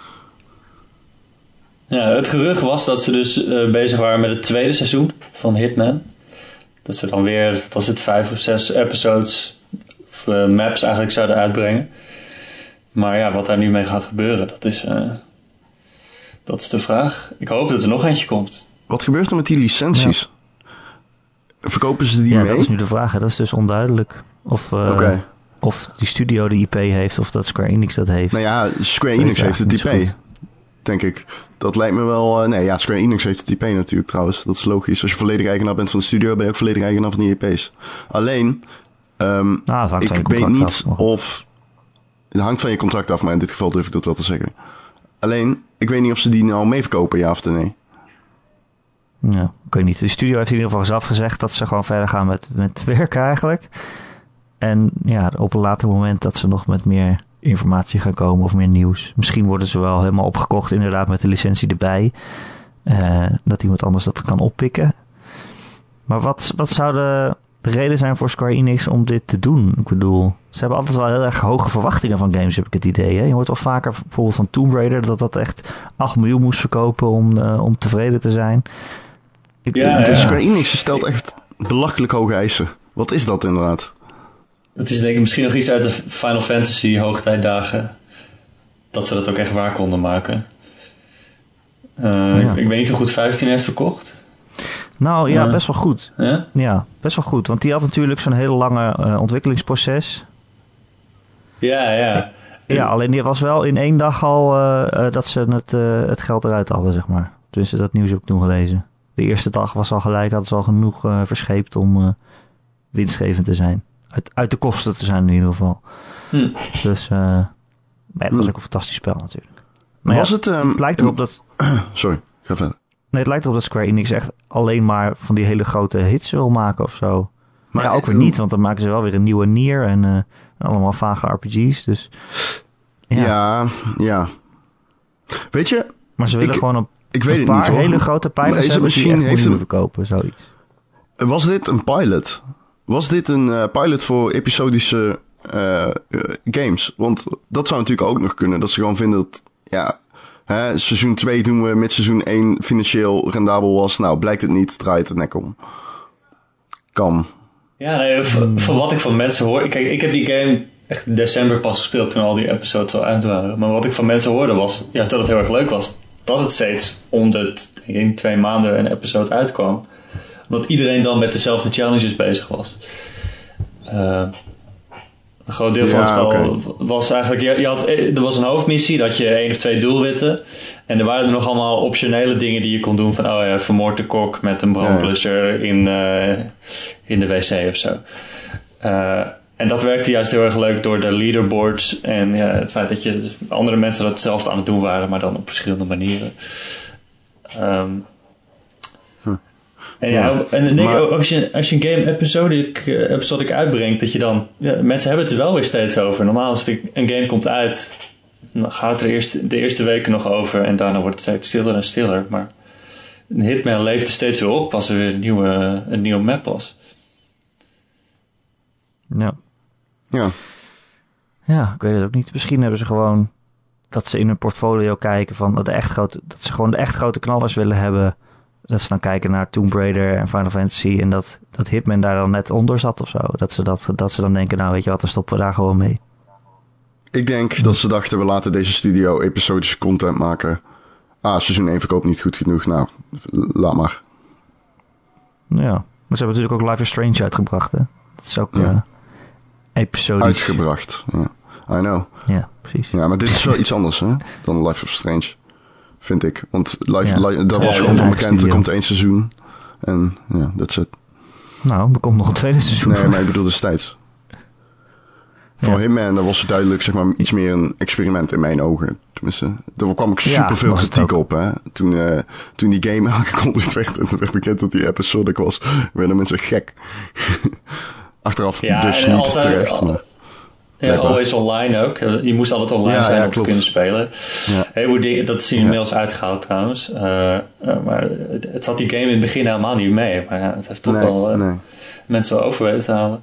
Ja, het gerucht was dat ze dus uh, bezig waren met het tweede seizoen van Hitman. Dat ze dan weer, wat was het, vijf of zes episodes of uh, maps eigenlijk zouden uitbrengen. Maar ja, wat daar nu mee gaat gebeuren, dat is, uh, dat is de vraag. Ik hoop dat er nog eentje komt. Wat gebeurt er met die licenties? Ja. Verkopen ze die ja, mee? Ja, dat is nu de vraag. Dat is dus onduidelijk. Of, uh, okay. of die studio de I P heeft, of dat Square Enix dat heeft. Nou ja, Square Enix heeft het I P. Denk ik. Dat lijkt me wel... Uh, nee, ja, Square Enix heeft het I P natuurlijk trouwens. Dat is logisch. Als je volledig eigenaar bent van de studio, ben je ook volledig eigenaar van die I P's. Alleen, um, nou, ik weet niet af, of... Het hangt van je contract af, maar in dit geval durf ik dat wel te zeggen. Alleen, ik weet niet of ze die nou mee verkopen, ja of nee. Ja, ik weet niet. De studio heeft in ieder geval zelf gezegd dat ze gewoon verder gaan met, met werken eigenlijk. En ja, op een later moment dat ze nog met meer informatie gaan komen of meer nieuws. Misschien worden ze wel helemaal opgekocht inderdaad met de licentie erbij. Uh, dat iemand anders dat kan oppikken. Maar wat, wat zou de, de reden zijn voor Square Enix om dit te doen? Ik bedoel, ze hebben altijd wel heel erg hoge verwachtingen van games, heb ik het idee. Hè? Je hoort al vaker bijvoorbeeld van Tomb Raider dat dat echt acht miljoen moest verkopen om, uh, om tevreden te zijn. Ik, ja, de ja. Square Enix stelt echt belachelijk hoge eisen. Wat is dat inderdaad? Het is denk ik misschien nog iets uit de Final Fantasy hoogtijdagen. Dat ze dat ook echt waar konden maken. Uh, ja. ik, ik weet niet hoe goed vijftien heeft verkocht. Nou ja, uh, best wel goed. Uh? Ja, best wel goed. Want die had natuurlijk zo'n heel lange uh, ontwikkelingsproces. Ja, ja. Ja, alleen die was wel in één dag al uh, uh, dat ze het, uh, het geld eruit hadden, zeg maar. Tenminste, dat nieuws heb ik toen gelezen. De eerste dag was al gelijk, hadden ze al genoeg uh, verscheept om uh, winstgevend te zijn. Uit, uit de kosten te zijn in ieder geval. Hm. Dus uh, maar ja, dat was ook een fantastisch spel natuurlijk. Maar was ja, het, um, het lijkt erop dat... Sorry, ga verder. Nee, het lijkt erop dat Square Enix echt alleen maar van die hele grote hits wil maken of zo. Maar ja, ook weer niet, want dan maken ze wel weer een nieuwe Nier en uh, allemaal vage R P G's. Dus ja, ja. ja. Weet je... Maar ze willen ik, gewoon een, ik weet een het paar niet, hele grote pijlers hebben misschien die echt heeft een... verkopen, zoiets. Was dit een pilot? Was dit een uh, pilot voor episodische uh, uh, games? Want dat zou natuurlijk ook nog kunnen. Dat ze gewoon vinden dat... Ja, hè, seizoen twee doen we met seizoen één financieel rendabel was. Nou, blijkt het niet, draait het nek om. Kan. Ja, nee, van, van wat ik van mensen hoor... Kijk, ik heb die game echt in december pas gespeeld toen al die episodes al uit waren. Maar wat ik van mensen hoorde was juist dat het heel erg leuk was. dat het steeds om de in twee maanden een episode uitkwam. Omdat iedereen dan met dezelfde challenges bezig was. Uh, een groot deel van ja, het spel okay. was eigenlijk... Je, je had, er was een hoofdmissie, dat je één of twee doelwitten. En er waren er nog allemaal optionele dingen die je kon doen. Van, oh ja, vermoord de kok met een brandblusser ja. in, uh, in de wc of zo. Uh, en dat werkte juist heel erg leuk door de leaderboards. En ja, het feit dat je andere mensen dat hetzelfde aan het doen waren, maar dan op verschillende manieren. Um, En, ja, ja, en ik denk maar, als je, als je een game episodic, uh, episodic uitbrengt, dat je dan... Ja, mensen hebben het er wel weer steeds over. Normaal als de, een game komt uit, dan gaat het er eerst, de eerste weken nog over en daarna wordt het steeds stiller en stiller. Maar een Hitman leefde steeds weer op als er weer een nieuwe, een nieuwe map was. Ja. Ja. Ja, ik weet het ook niet. Misschien hebben ze gewoon dat ze in hun portfolio kijken van de echt grote, dat ze gewoon de echt grote knallers willen hebben. Dat ze dan kijken naar Tomb Raider en Final Fantasy en dat, dat Hitman daar dan net onder zat of zo. Dat ze, dat, dat ze dan denken, nou weet je wat, dan stoppen we daar gewoon mee. Ik denk hm. dat ze dachten, we laten deze studio episodische content maken. Ah, seizoen één verkoopt niet goed genoeg. Nou, laat maar. Ja, maar ze hebben natuurlijk ook Life is Strange uitgebracht, hè. Dat is ook ja. uh, episodisch. Uitgebracht, ja. I know. Ja, precies. Ja, maar dit is wel iets anders, hè, dan Life is Strange. Vind ik. Want live, ja. live, dat was ja, gewoon van bekend. studio. Er komt één seizoen. En ja, dat is het. Nou, er komt nog een tweede seizoen. Nee, maar ik bedoel destijds. Voor ja. Hitman, dat was duidelijk zeg maar iets meer een experiment in mijn ogen. Tenminste, daar kwam ik superveel ja, kritiek op. Hè? Toen, uh, toen die game aangekondigd werd en toen werd bekend dat die episodic was, werden mensen gek. Achteraf ja, dus niet altijd, terecht. Al, maar... Ja, always online ook. Je moest altijd online ja, zijn ja, om klopt. te kunnen spelen. Ja. Heel die, dat is inmiddels ja. uitgehaald trouwens. Uh, uh, maar het, het zat die game in het begin helemaal niet mee. Maar ja, het heeft toch nee, wel uh, nee. mensen wel over weten te halen.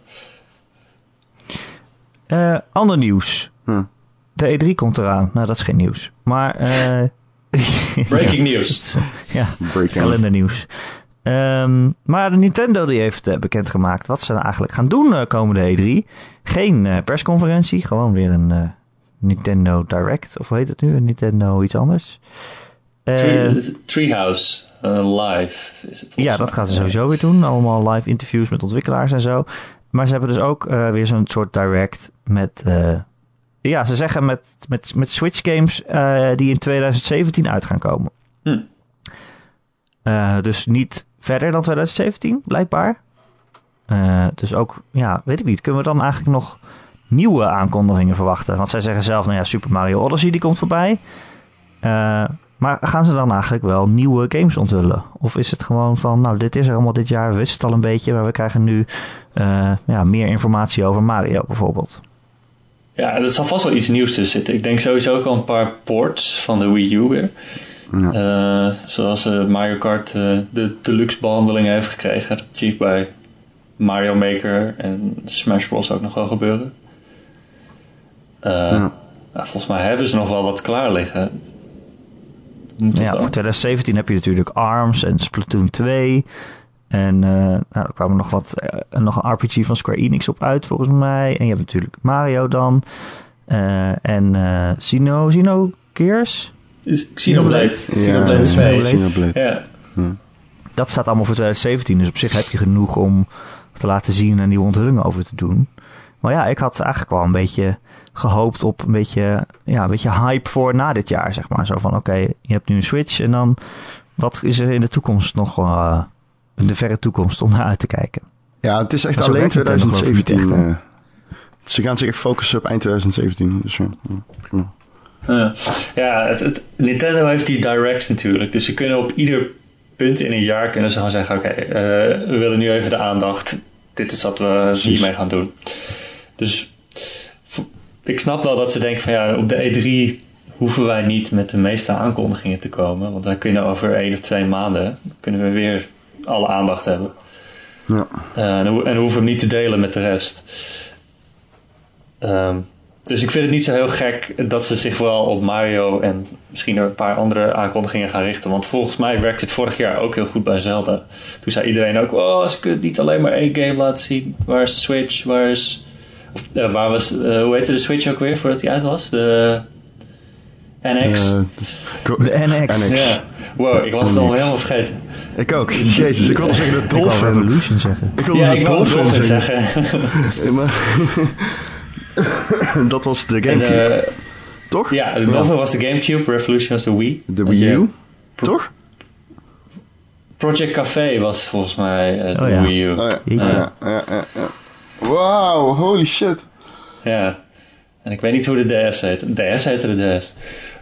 Uh, ander nieuws. Hm. De E drie komt eraan. Nou, dat is geen nieuws. Maar... Uh, Breaking news. Ja, kalendernieuws. Um, maar de Nintendo die heeft uh, bekendgemaakt wat ze eigenlijk gaan doen uh, komende E drie. Geen uh, persconferentie, gewoon weer een uh, Nintendo Direct. Of hoe heet het nu? Een Nintendo iets anders. Uh, Tree, Treehouse uh, Live is het. Ja, dat gaan ze sowieso weer doen. Allemaal live interviews met ontwikkelaars en zo. Maar ze hebben dus ook uh, weer zo'n soort Direct met... Uh, ja, ze zeggen met, met, met Switch games uh, die in twintig zeventien uit gaan komen. Hm. Uh, dus niet verder dan twintig zeventien, blijkbaar. Uh, dus ook, ja, weet ik niet. Kunnen we dan eigenlijk nog nieuwe aankondigingen verwachten? Want zij zeggen zelf, nou ja, Super Mario Odyssey die komt voorbij. Uh, maar gaan ze dan eigenlijk wel nieuwe games onthullen? Of is het gewoon van, nou, dit is er allemaal dit jaar. We wisten het al een beetje, maar we krijgen nu uh, ja, meer informatie over Mario bijvoorbeeld. Ja, er zal vast wel iets nieuws tussen zitten. Ik denk sowieso ook al een paar ports van de Wii U weer. Ja. Uh, zoals uh, Mario Kart uh, de deluxe behandeling heeft gekregen. Dat zie ik bij Mario Maker en Smash Bros. Ook nog wel gebeuren. Uh, ja. Nou, volgens mij hebben ze nog wel wat klaar liggen. Ja, voor twintig zeventien heb je natuurlijk ARMS en Splatoon twee. En uh, nou, er kwamen nog wat uh, nog een R P G van Square Enix op uit volgens mij. En je hebt natuurlijk Mario dan. Uh, en uh, Xeno, Xenogears... Xenoblade. Xenoblade twee. Ja. Ja. Dat staat allemaal voor twintig zeventien. Dus op zich heb je genoeg om te laten zien en nieuwe onthullingen over te doen. Maar ja, ik had eigenlijk wel een beetje gehoopt op een beetje, ja, een beetje hype voor na dit jaar, zeg maar. Zo van, oké, okay, je hebt nu een Switch en dan wat is er in de toekomst nog, uh, in de verre toekomst om naar uit te kijken. Ja, het is echt maar alleen twintig zeventien. Uh, ze gaan zich echt focussen op eind twintig zeventien. Dus ja, prima. Uh, ja, het, het, Nintendo heeft die directs natuurlijk. Dus ze kunnen op ieder punt in een jaar kunnen ze gewoon zeggen... oké, okay, uh, we willen nu even de aandacht. Dit is wat we hiermee gaan doen. Dus v- ik snap wel dat ze denken van... ja, op de E drie hoeven wij niet met de meeste aankondigingen te komen. Want wij kunnen over één of twee maanden... kunnen we weer alle aandacht hebben. Ja. Uh, en, ho- en hoeven we hem niet te delen met de rest. Um, Dus ik vind het niet zo heel gek dat ze zich vooral op Mario en misschien er een paar andere aankondigingen gaan richten. Want volgens mij werkte het vorig jaar ook heel goed bij Zelda. Toen zei iedereen ook, oh, als ik niet alleen maar één game laat zien. Waar is de Switch? Waar is... Of, uh, waar was... Uh, hoe heette de Switch ook weer voordat die uit was? De... N X. Uh, De N X. N X. Ja. Wow, ik was het al helemaal vergeten. Ik ook. Jezus, ik wilde zeggen de Ik wou Dolphin. Revolution zeggen. Ik wilde Ja, de ik wou Dolphin, Dolphin zeggen. zeggen. Maar dat was de En, Gamecube, eh, toch? ja, de Dolphin was de Gamecube, Revolution was de Wii. De Weet Wii je, U, toch? Project Café was volgens mij eh, de Oh ja. Wii U. Oh, ja. Jeetje. Ja, ja, ja, ja. Wauw, holy shit. Ja. En ik weet niet hoe de D S heet. D S heette de D S.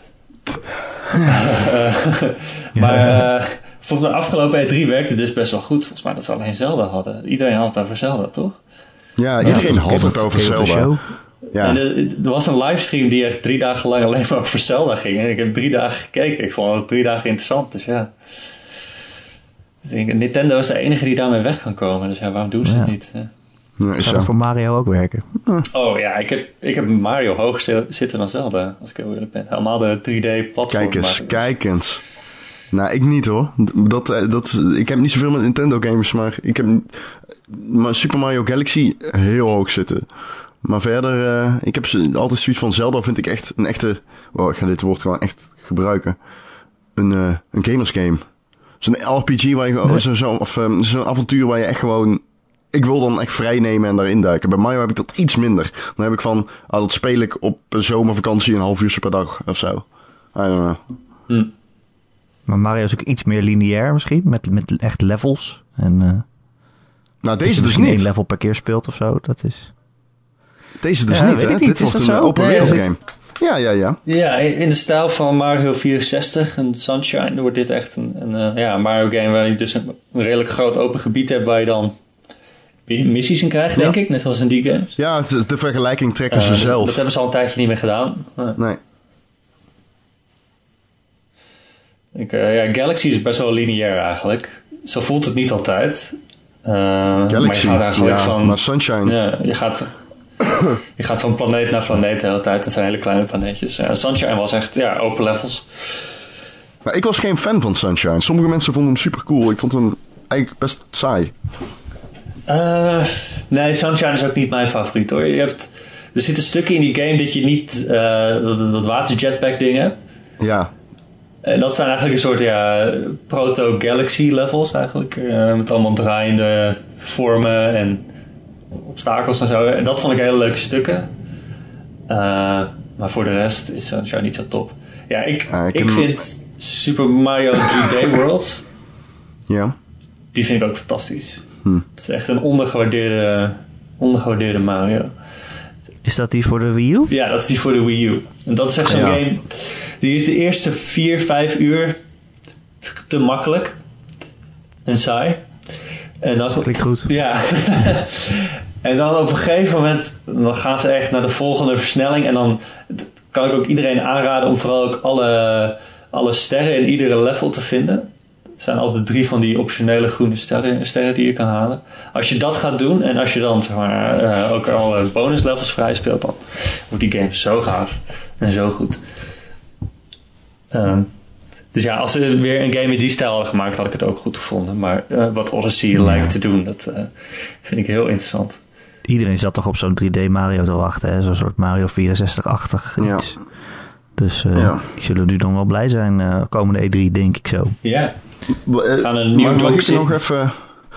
uh, maar uh, volgens mij afgelopen E drie werkte het dus best wel goed. Volgens mij dat ze alleen Zelda hadden. Iedereen had het over Zelda, toch? Ja, iedereen Ja, had het over Game of the Zelda. Show. Ja. En er, er was een livestream die echt drie dagen lang alleen maar over Zelda ging. En ik heb drie dagen gekeken. Ik vond het drie dagen interessant, dus ja. Ik denk, Nintendo is de enige die daarmee weg kan komen. Dus ja, waarom doen ze Ja. het niet? Ja. Ja, is Zou dat zo. voor Mario ook werken? Oh ja, ik heb, ik heb Mario hoog zi- zitten dan Zelda, als ik heel eerlijk ben. Helemaal de drie D-platform. Kijk eens, kijk eens. Nou, ik niet hoor. Dat, eh, dat, ik heb niet zoveel met Nintendo games, maar ik heb maar Super Mario Galaxy heel hoog zitten. Maar verder, uh, ik heb altijd zoiets van Zelda vind ik echt een echte... Wow, ik ga dit woord gewoon echt gebruiken. Een, uh, een gamers game. Zo'n R P G waar je gewoon... Nee. Zo, zo, of um, zo'n avontuur waar je echt gewoon... Ik wil dan echt vrij nemen en daarin duiken. Bij Mario heb ik dat iets minder. Dan heb ik van... Ah, dat speel ik op zomervakantie een half uur per dag of zo. I don't know. Hm. Maar Mario is ook iets meer lineair misschien, met, met echt levels. En, uh, Nou, dat deze je dus misschien één niet. level per keer speelt of zo. Dat is... Deze dus Ja, niet, weet hè? ik niet. Dit Is wordt dat een zo? open Nee, wereld is het- game. Ja, ja, ja. Ja, in de stijl van Mario vierenzestig en Sunshine wordt dit echt een, een uh, ja, Mario game waar je dus een redelijk groot open gebied hebt waar je dan missies in krijgt, denk Ja. ik. Net zoals in die games. Ja, het- de vergelijking trekken Uh, ze dat, zelf. dat hebben ze al een tijdje niet meer gedaan. Uh, Nee. ik, uh, ja, Galaxy is best wel lineair eigenlijk. Zo voelt het niet altijd. Uh, maar je Galaxy, gaat eigenlijk ja, van... maar Sunshine. Ja, je gaat, je gaat van planeet naar planeet de hele tijd. Dat zijn hele kleine planeetjes. Ja, Sunshine was echt ja, open levels. Maar ik was geen fan van Sunshine. Sommige mensen vonden hem super cool. Ik vond hem eigenlijk best saai. Uh, nee, Sunshine is ook niet mijn favoriet hoor. Je hebt, er zitten stukken in die game dat je niet uh, dat, dat waterjetpack ding hebt. Ja. En dat zijn eigenlijk een soort ja, proto-galaxy levels eigenlijk. Uh, met allemaal draaiende vormen en obstakels en zo. En dat vond ik hele leuke stukken. Uh, maar voor de rest is Sunshine niet zo top. Ja, ik, Ja, ik ik heb- vind Super Mario drie D World, Ja. die vind ik ook fantastisch. Hm. Het is echt een ondergewaardeerde, ondergewaardeerde Mario. Is dat die voor de Wii U? Ja, dat is die voor de Wii U. En dat is echt zo'n Ja. game... Die is de eerste vier, vijf uur te makkelijk. En saai. En dan... Klinkt goed. Ja. En dan op een gegeven moment... Dan gaan ze echt naar de volgende versnelling. En dan kan ik ook iedereen aanraden om vooral ook alle, alle sterren in iedere level te vinden. Het zijn altijd drie van die optionele groene sterren, sterren die je kan halen. Als je dat gaat doen en als je dan zeg maar, uh, ook alle bonus levels vrij speelt, dan wordt die game zo gaaf en zo goed. Um, dus ja, als ze weer een game in die stijl hadden gemaakt, had ik het ook goed gevonden. Maar uh, wat Odyssey Ja. lijkt te doen, dat uh, vind ik heel interessant. Iedereen zat toch op zo'n drie D Mario te wachten, hè? Zo'n soort Mario vierenzestig-achtig Ja. iets. Dus uh, Ja. die zullen nu dan wel blij zijn uh, komende E drie, denk ik zo. Ja, We gaan een nieuw mag, mag ik dock nog even...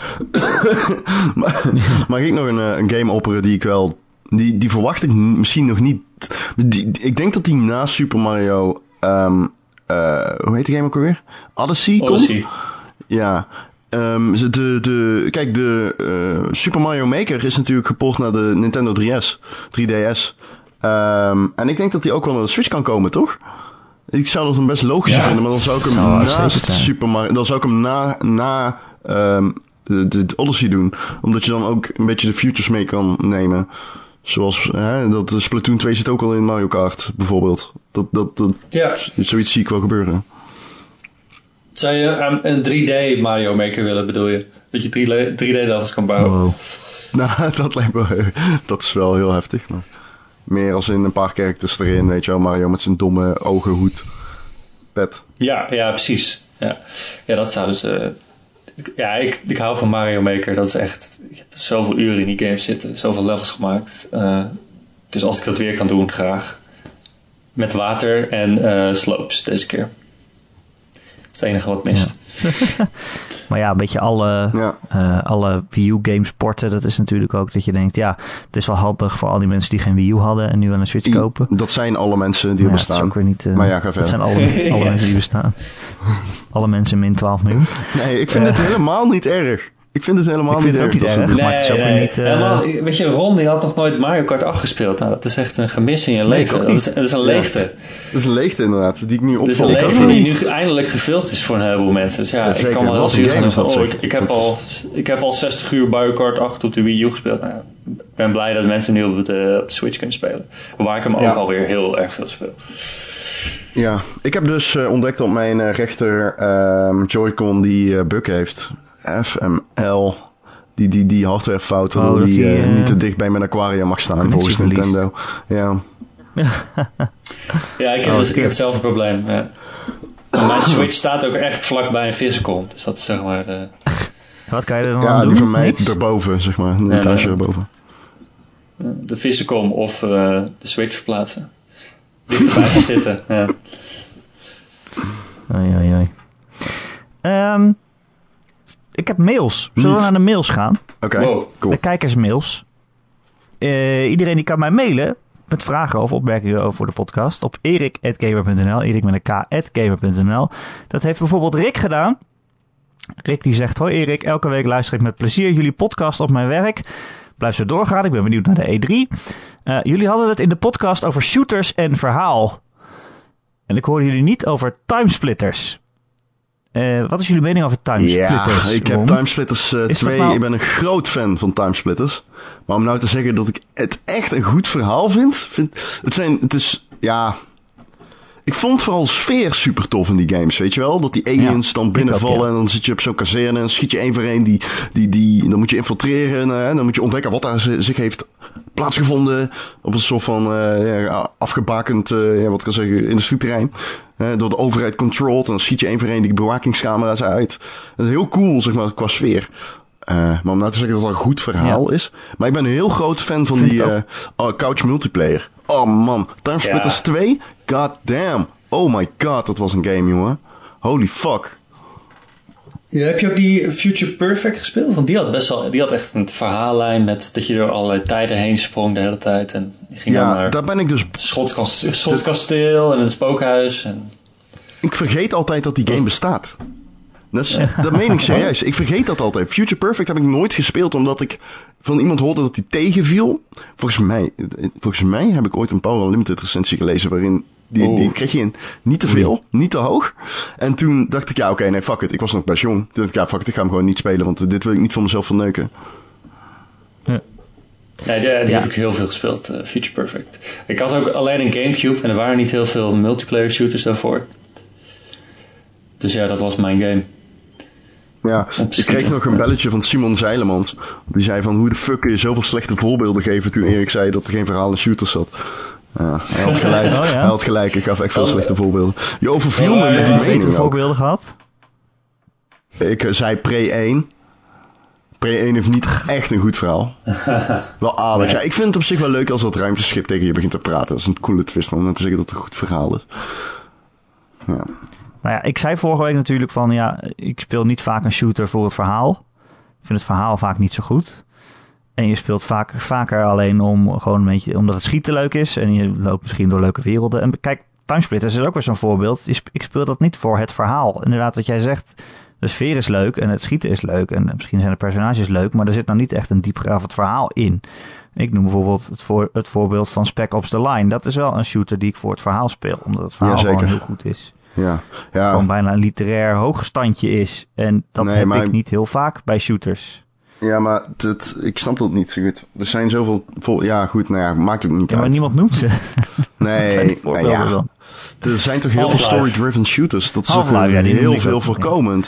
mag, mag ik nog een, eh, een game opperen die ik wel... Die, die verwacht ik n- misschien nog niet... Die, die- ik denk dat die na Super Mario... Um, uh, hoe heet de game ook alweer? Odyssey, Odyssey. komt? Ja. Um, ze- de, de, kijk, de uh, Super Mario Maker is natuurlijk geport naar de Nintendo drie S. drie D S. Um, en ik denk dat die ook wel naar de Switch kan komen, toch? Ik zou dat een best logische Ja. vinden, maar dan zou ik hem Zou uitstekend naast zijn. Super Mario... Dan zou ik hem na, na um, de, de, de Odyssey doen. Omdat je dan ook een beetje de futures mee kan nemen. Zoals, hè, dat de Splatoon twee zit ook al in Mario Kart, bijvoorbeeld. Dat, dat, dat, Ja. zoiets zie ik wel gebeuren. Zou je um, een drie D Mario Maker willen, bedoel je? Dat je drie D levels kan bouwen? Wow. Nou, dat lijkt me... Dat is wel heel heftig, maar... Meer als in een paar characters erin, weet je wel. Mario met zijn domme ogenhoed. Pet. Ja, ja, precies. Ja, ja dat zou dus... Uh, ja, ik, ik hou van Mario Maker. Dat is echt... Ik heb zoveel uren in die game zitten. Zoveel levels gemaakt. Uh, dus als ik dat weer kan doen, graag. met water en uh, slopes deze keer. Dat is het enige wat mist. Ja. Maar ja, een beetje alle, Ja. uh, alle Wii U games porten, dat is natuurlijk ook dat je denkt, ja, het is wel handig voor al die mensen die geen Wii U hadden en nu aan een Switch kopen. Dat zijn alle mensen die Maar er ja, dat is bestaan. ook weer niet, uh, Maar ja, ga dat verder. zijn alle, alle Ja. mensen die bestaan. Alle mensen min twaalf miljoen. Nee, ik vind Uh, het helemaal niet erg. Ik vind het helemaal Ik vind niet het ook erg. niet dat ze erg. het doen. Maar het is ook weer niet, uh, helemaal, weet je, Ron die had nog nooit Mario Kart acht gespeeld. Nou, dat is echt een gemis in je Nee, leven. ik ook Dat is, niet. dat is een Ja. leegte. Dat is een leegte inderdaad, die ik nu Dat is opvul. een Ik ook leegte die niet. nu eindelijk gevuld is voor een heleboel mensen. Dus ja, Ja, ik zeker. kan wel heel Wat een zuur game gaan is van, dat, oh, zeg. ik, ik, heb al, ik heb al zestig uur Mario Kart acht op de Wii U gespeeld. Nou, ik ben blij dat mensen nu op de, op de Switch kunnen spelen. Waar ik hem Ja. ook alweer heel erg veel speel. Ja, ik heb dus uh, ontdekt dat mijn uh, rechter uh, Joy-Con die uh, bug heeft. F M L. Die, die, die hardwarefout, waardoor Oh, dat die, die, uh, uh, niet te dicht bij mijn aquarium mag staan volgens connectieverlies. Nintendo. Ja. Ja, ik heb Oh, dus kut. hetzelfde probleem. Ja. En mijn Switch staat ook echt vlakbij een physical. Dus dat is zeg maar de... Wat kan je er dan Ja, aan doen? die van mij Niks? erboven, zeg maar. Een Ja, etage ja. erboven. de Visicom of uh, de Switch verplaatsen. Dichterbij gaan zitten. Ja. Oei, oei, oei. Ehm, ik heb mails. Zullen Niet. we naar de mails gaan? Oké, Wow. cool. De kijkersmails. Uh, iedereen die kan mij mailen met vragen of opmerkingen over de podcast op erik at gamer punt n l. Erik met een k at gamer punt n l. Dat heeft bijvoorbeeld Rick gedaan. Rick die zegt: hoi Erik, elke week luister ik met plezier jullie podcast op mijn werk. Blijf zo doorgaan, ik ben benieuwd naar de E drie. Uh, jullie hadden het in de podcast over shooters en verhaal. En ik hoorde jullie niet over timesplitters. Uh, wat is jullie mening over timesplitters? Ja, ik heb Ron? Timesplitters uh, Is dat twee. nou- Ik ben een groot fan van Timesplitters. Maar om nou te zeggen dat ik het echt een goed verhaal vind... vind het, zijn, het is... Ja... Ik vond vooral de sfeer super tof in die games, weet je wel? Dat die aliens Ja, dan ik binnenvallen ook, ja. en dan zit je op zo'n kazerne en dan schiet je één voor één die, die, die... Dan moet je infiltreren en uh, dan moet je ontdekken wat daar zi- zich heeft plaatsgevonden op een soort van uh, ja, afgebakend, uh, ja, wat kan ik zeggen, industrieterrein. Uh, door de overheid controlled en dan schiet je één voor één die bewakingscamera's uit. Dat is heel cool, zeg maar, qua sfeer. Uh, maar om nou te zeggen dat het een goed verhaal Ja. is. Maar ik ben een heel groot fan van Vind die ik uh, oh, couch multiplayer. Oh man, Timesplitters Ja. twee? God damn. Oh my god, dat was een game, jongen. Holy fuck. Ja, heb je ook die Future Perfect gespeeld? Want die had best wel, die had echt een verhaallijn met dat je door allerlei tijden heen sprong de hele tijd. En je ging dan Ja, naar daar ben ik dus... Schotskast- Schotskasteel en een spookhuis. En... Ik vergeet altijd dat die game bestaat. Dat, is, dat meen ik serieus. Ik vergeet dat altijd. Future Perfect heb ik nooit gespeeld omdat ik van iemand hoorde dat die tegenviel. Volgens mij, volgens mij heb ik ooit een Power Unlimited recensie gelezen waarin die, Oeh. die kreeg je in niet te veel, niet te hoog. En toen dacht ik, ja oké, okay, nee fuck it. Ik was nog best jong. Toen dacht ik, ja fuck it, ik ga hem gewoon niet spelen, want dit wil ik niet voor mezelf verneuken. Ja, die, die Ja. heb ik heel veel gespeeld, uh, Future Perfect. Ik had ook alleen een Gamecube en er waren niet heel veel multiplayer shooters daarvoor. Dus ja, dat was mijn game. Ja, ik kreeg nog een belletje van Simon Zeilemans. Die zei van, hoe de fuck kun je zoveel slechte voorbeelden geven toen Erik zei dat er geen verhaal in shooters zat. Ja, hij had gelijk. Oh, ja. Hij had gelijk. Ik gaf echt veel Oh, slechte voorbeelden. Je overviel Oh, me ja, met die ja. Heb je mening ook. voorbeelden gehad? Ik uh, zei Pre één. Pre één heeft niet echt een goed verhaal. Wel aardig. Nee. Ja, ik vind het op zich wel leuk als dat ruimteschip tegen je begint te praten. Dat is een coole twist om te zeggen dat het een goed verhaal is. Ja. Nou ja, ik zei vorige week natuurlijk van, ja, ik speel niet vaak een shooter voor het verhaal. Ik vind het verhaal vaak niet zo goed. En je speelt vaak, vaker alleen om gewoon een beetje, omdat het schieten leuk is. En je loopt misschien door leuke werelden. En kijk, Timesplitters is ook weer zo'n voorbeeld. Ik speel dat niet voor het verhaal. Inderdaad, wat jij zegt, de sfeer is leuk en het schieten is leuk. En misschien zijn de personages leuk, maar er zit nou niet echt een diepgravend verhaal in. Ik noem bijvoorbeeld het, voor, het voorbeeld van Spec Ops The Line. Dat is wel een shooter die ik voor het verhaal speel, omdat het verhaal Ja, zeker. gewoon heel goed is. Ja. Ja. Gewoon bijna een literair hoogstandje is. En dat Nee, heb maar- ik niet heel vaak bij shooters. Ja, maar het, ik snap dat niet zo goed. Er zijn zoveel... Vol, ja, goed, nou ja, maakt het niet Ja, maar uit. niemand noemt ze. Dat zijn die Nee, nou voorbeelden ja. dan. Er zijn toch heel veel Half-Life. story-driven shooters. Dat is toch Half-Life, ja, die noemde heel ik veel ook, ja. voorkomend.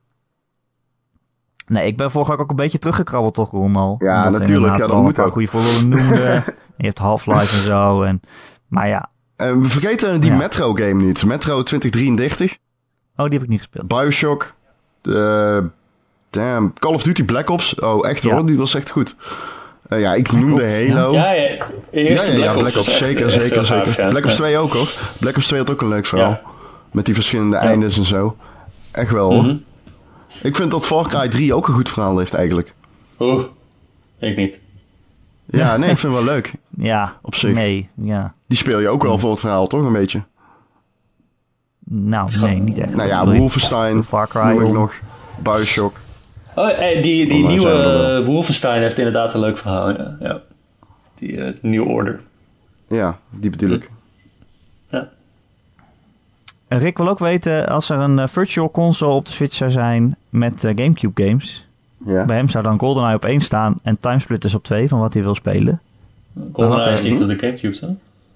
Nee, ik ben vorige week ook een beetje teruggekrabbeld toch, Ron, al. Ja, Omdat we natuurlijk, inderdaad ja, dat wel een moet paar ook. goede voorbeelden noemden. Je hebt Half-Life en zo. En, maar ja, En we vergeten die Ja. Metro-game niet. Metro twintig drieëndertig. oh, die heb ik niet gespeeld. Bioshock. Uh, damn. Call of Duty Black Ops. Oh, echt Ja. hoor. Die was echt goed. Uh, ja, ik noemde Halo. Ja, ja. Eerste ja, ja, ja, Black Ops. Black Ops, Echt, zeker, echt zeker, zeker. gaaf, ja. Black Ops ja. twee ook, hoor. Black Ops twee had ook een leuk verhaal. Ja. Met die verschillende Ja. eindes en zo. Echt wel, hoor. Mm-hmm. Ik vind dat Far Cry drie ook een goed verhaal heeft, eigenlijk. Oeh, ik niet. Ja, nee, ik vind het wel leuk. Ja, Op zich. nee, ja. Die speel je ook wel voor het verhaal, toch? Een beetje. Nou, nee, niet echt. Nou ja, Wat bedoel je? Wolfenstein, Far Cry, noem ik om- nog. Bioshock. Oh, hey, die, die Oh, maar nieuwe zijn we er wel. uh, Wolfenstein heeft inderdaad een leuk verhaal. Ja, ja. Die uh, New Order. Ja, die bedoel ik. Ja. En Rick wil ook weten, als er een uh, virtual console op de Switch zou zijn met uh, Gamecube games. Ja. Bij hem zou dan GoldenEye op één staan en Timesplitters op twee van wat hij wil spelen. GoldenEye Oké. is niet op de Gamecube, toch?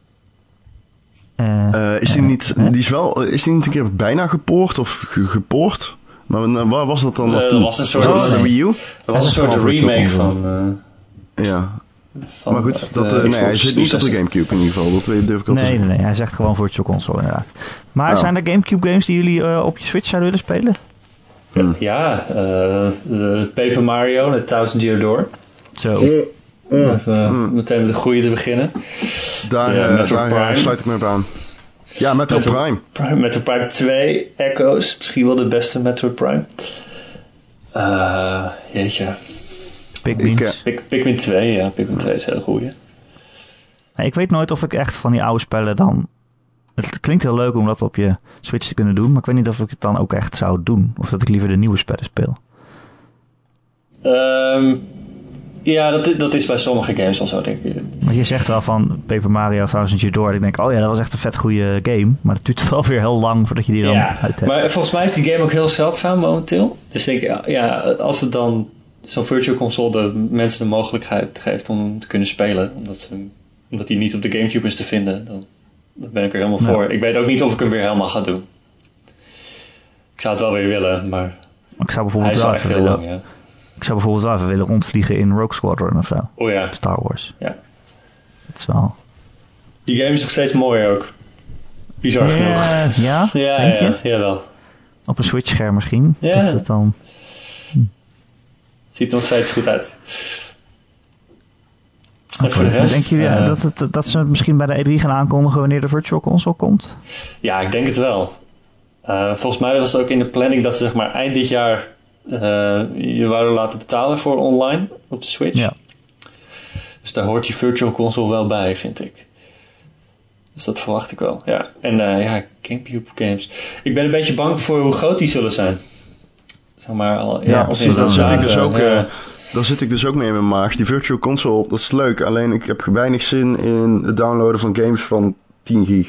Uh, Uh, is die niet, die is wel, is die niet een keer bijna gepoord of ge- gepoord? Maar uh, waar was dat dan Uh, nog dat toen? was een soort- Was dat Oh, de Wii U? Dat was een soort gewoon virtual remake console. van... Uh, Ja, van maar goed, de dat, uh, nee, Xbox hij zit niet op de driehonderdzestig. Gamecube in ieder geval. Dat weet- durf ik al te nee, zeggen. nee, nee, hij zegt gewoon virtual console inderdaad. Maar Oh. zijn er Gamecube games die jullie uh, op je Switch zouden willen spelen? Ja, uh, de Paper Mario, de Thousand Year Door. Zo. Even uh, meteen met de goede te beginnen. Daar, Ja, uh, Metroid daar uh, Prime. sluit ik me op aan. Ja, Metro Metroid- Prime. Prime, Metroid Prime twee, Echoes. Misschien wel de beste Metroid Prime. Uh, jeetje. Pikmin. Ik, uh, Pik- Pikmin twee, ja. Pikmin twee is een heel goeie. Nee, ik weet nooit of ik echt van die oude spellen dan... Het klinkt heel leuk om dat op je Switch te kunnen doen, maar ik weet niet of ik het dan ook echt zou doen. Of dat ik liever de nieuwe spellen speel. Um, ja, dat, i- dat is bij sommige games al zo, denk ik. Want je zegt wel van Paper Mario Thousand Year Door. Ik denk, oh ja, dat was echt een vet goede game. Maar het duurt wel weer heel lang voordat je die dan Ja, uit hebt. maar volgens mij is die game ook heel zeldzaam momenteel. Dus ik denk, ja, als het dan zo'n virtual console de mensen de mogelijkheid geeft om te kunnen spelen, omdat, ze, omdat die niet op de Gamecube is te vinden, dan, dan ben ik er helemaal Ja. voor. Ik weet ook niet of ik hem weer helemaal ga doen. Ik zou het wel weer willen, maar Maar ik zou hij bijvoorbeeld is wel wel echt even heel willen, lang, ja. ik zou bijvoorbeeld wel even willen rondvliegen in Rogue Squadron of zo. Oh ja, Star Wars. ja. Dat is wel... Die game is nog steeds mooi ook. Bizar genoeg. Ja, ja, Ja, denk je? ja, jawel. Op een Switch scherm misschien. Ja. Dat het dan... Ziet er nog steeds goed uit. En Oké. voor de rest... Denk je ja, eh, dat, het, dat ze het misschien bij de E drie gaan aankondigen wanneer de Virtual Console komt? Ja, ik denk het wel. Uh, volgens mij was het ook in de planning dat ze zeg maar eind dit jaar uh, je wouden laten betalen voor online op de Switch. Ja. Dus daar hoort die Virtual Console wel bij, vind ik. Dus dat verwacht ik wel. Ja. En uh, ja, Gamecube games. Ik ben een beetje bang voor hoe groot die zullen zijn. Zeg maar al. Ja, Ja, als precies, Daar zit ik inderdaad, dus ook... uh, uh, Daar zit ik dus ook mee in mijn maag. Die Virtual Console, dat is leuk. Alleen ik heb weinig zin in het downloaden van games van tien gig.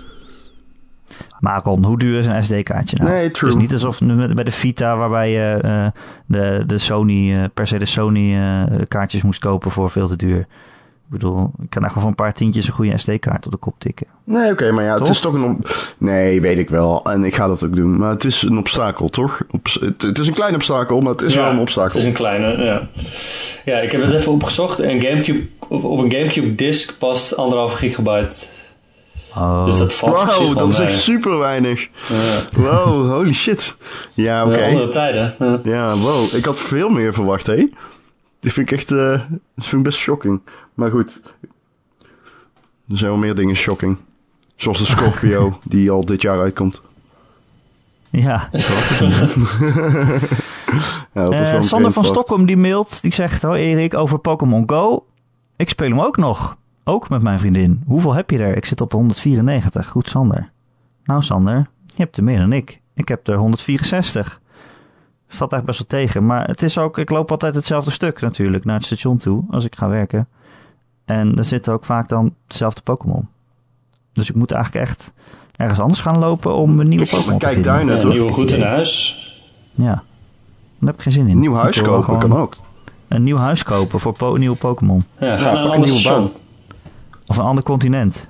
Maar Ron, hoe duur is een S D-kaartje nou? Nee, true. Het is niet alsof nu bij de Vita waarbij je uh, de, de Sony, uh, per se de Sony uh, kaartjes moest kopen voor veel te duur. Ik bedoel, ik kan echt wel voor een paar tientjes een goede S D-kaart op de kop tikken. Nee, oké, okay, maar ja, Toch? het is toch een... Op... Nee, weet ik wel. En ik ga dat ook doen. Maar het is een obstakel, toch? Op... Het is een klein obstakel, maar het is ja, wel een obstakel. Het is een kleine, ja. Ja, ik heb het even opgezocht. Een Gamecube, op, op een Gamecube disc past anderhalve gigabyte. Oh. Dus dat valt op zich Wow, wel dat is mee. echt super weinig. Ja. Wow, holy shit. Ja, oké. Ja, Okay. andere tijden. Ja. Ja, wow. Ik had veel meer verwacht, hé. Dit vind ik echt... Uh, dat vind ik best shocking. Maar goed. Er zijn wel meer dingen shocking. Zoals de Scorpio, die al dit jaar uitkomt. Ja, ik hoop het niet. Ja, dat is wel uh, een Sander van brainfuck. Stockholm die mailt, die zegt... Oh Erik, over Pokémon Go. Ik speel hem ook nog. Ook met mijn vriendin. Hoeveel heb je er? Ik zit op honderdvierennegentig. Goed, Sander. Nou, Sander, je hebt er meer dan ik. Ik heb er honderdvierenzestig. Valt eigenlijk best wel tegen. Maar het is ook... Ik loop altijd hetzelfde stuk natuurlijk naar het station toe als ik ga werken. En er zitten ook vaak dan dezelfde Pokémon. Dus ik moet eigenlijk echt ergens anders gaan lopen om een nieuwe Pokémon te Kijk, vinden. duinen, Ja, toch? nieuwe goed in huis. Ja. Daar heb ik geen zin in. Een nieuw huis Ik wil kopen gewoon kan ook. Een nieuw huis kopen voor po- nieuwe Pokémon. Ja, ga Ja, naar een pak een ander nieuwe station. Of een ander continent.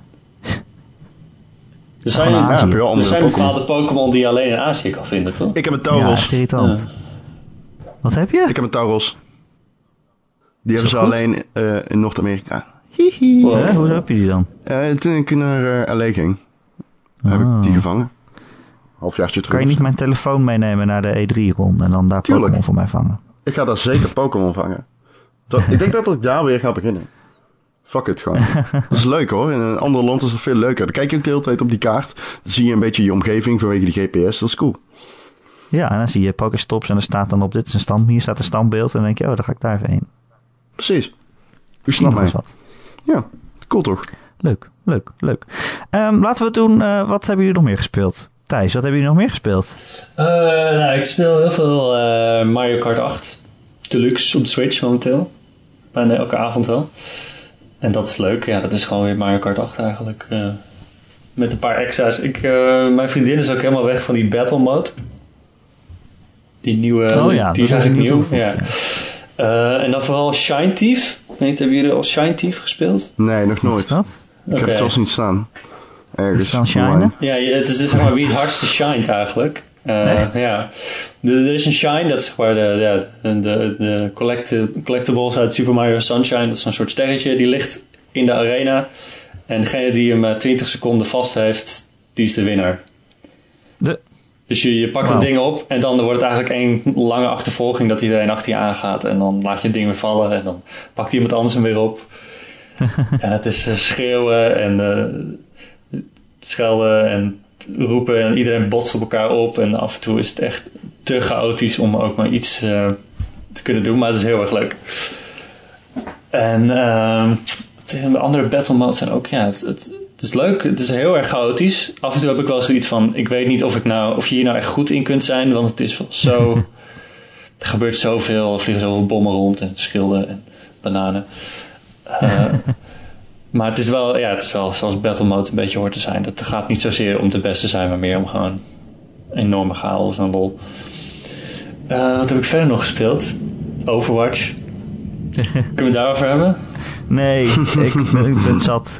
Er zijn, Gewoon Ja, Azië. heb je wel er andere zijn Pokémon. bepaalde Pokémon die je alleen in Azië kan vinden, toch? Ik heb een Ja, Tauros. echt irritant. Ja. Wat heb je? Ik heb een Tauros. Die hebben Is ze dat goed? alleen uh, in Noord-Amerika. Hihi. Wow. Hè? Hoe heb je die dan? Uh, toen ik naar uh, L A ging, heb Oh. ik die gevangen. Halfjaartje terug. Kan je niet mijn telefoon meenemen naar de E drie rond en dan daar Tuurlijk. Pokémon voor mij vangen? Ik ga daar zeker Pokémon vangen. Dat, ik denk dat ik daar weer ga beginnen. Fuck it gewoon. Dat is leuk hoor. In een ander land is dat veel leuker. Dan kijk je ook de hele tijd op die kaart. Dan zie je een beetje je omgeving vanwege die G P S. Dat is cool. Ja, en dan zie je Pokéstops en er staat dan op dit is een stam, hier staat een standbeeld. En dan denk je, oh, dan ga ik daar even heen. Precies. U snapt mij. Wat. Ja, cool toch? Leuk, leuk, leuk. Um, laten we het doen. Uh, wat hebben jullie nog meer gespeeld? Thijs, wat hebben jullie nog meer gespeeld? Uh, nou, ik speel heel veel uh, Mario Kart acht Deluxe op de Switch momenteel. Bijna elke avond wel. En dat is leuk. Ja, dat is gewoon weer Mario Kart acht eigenlijk. Uh, met een paar extra's. Ik, uh, mijn vriendin is ook helemaal weg van die Battle Mode. Die nieuwe, oh ja, die is eigenlijk nieuw. Ja. Ja. Uh, en dan vooral Shine Thief. Ik weet niet, hebben jullie al Shine Thief gespeeld? Nee, nog nooit. Wat is dat? Ik okay. heb het zelfs niet staan. Ergens. Kan shinen? Ja, het is zeg maar wie het hardste shined eigenlijk. Uh, ja. De, er is een shine, dat is zeg maar de, ja, de, de, de collectibles uit Super Mario Sunshine. Dat is een soort sterretje, die ligt in de arena. En degene die hem uh, twintig seconden vast heeft, die is de winnaar. De... Dus je, je pakt wow. het ding op en dan wordt het eigenlijk één lange achtervolging dat iedereen achter je aangaat. En dan laat je het ding weer vallen en dan pakt iemand anders hem weer op. En het is uh, schreeuwen en uh, schelden en roepen en iedereen botst op elkaar op. En af en toe is het echt te chaotisch om ook maar iets uh, te kunnen doen. Maar het is heel erg leuk. En uh, de andere battle modes zijn ook, ja, het, het, het is leuk. Het is heel erg chaotisch. Af en toe heb ik wel zoiets van, ik weet niet of, ik nou, of je hier nou echt goed in kunt zijn. Want het is zo, er gebeurt zoveel. Er vliegen zoveel bommen rond en schilden en bananen. Uh, maar het is wel, ja, het is wel zoals battle mode een beetje hoort te zijn. Het gaat niet zozeer om de beste zijn, maar meer om gewoon enorme chaos en lol. Uh, wat heb ik verder nog gespeeld? Overwatch. Kunnen we het daarover hebben? Nee, ik, ik ben zat.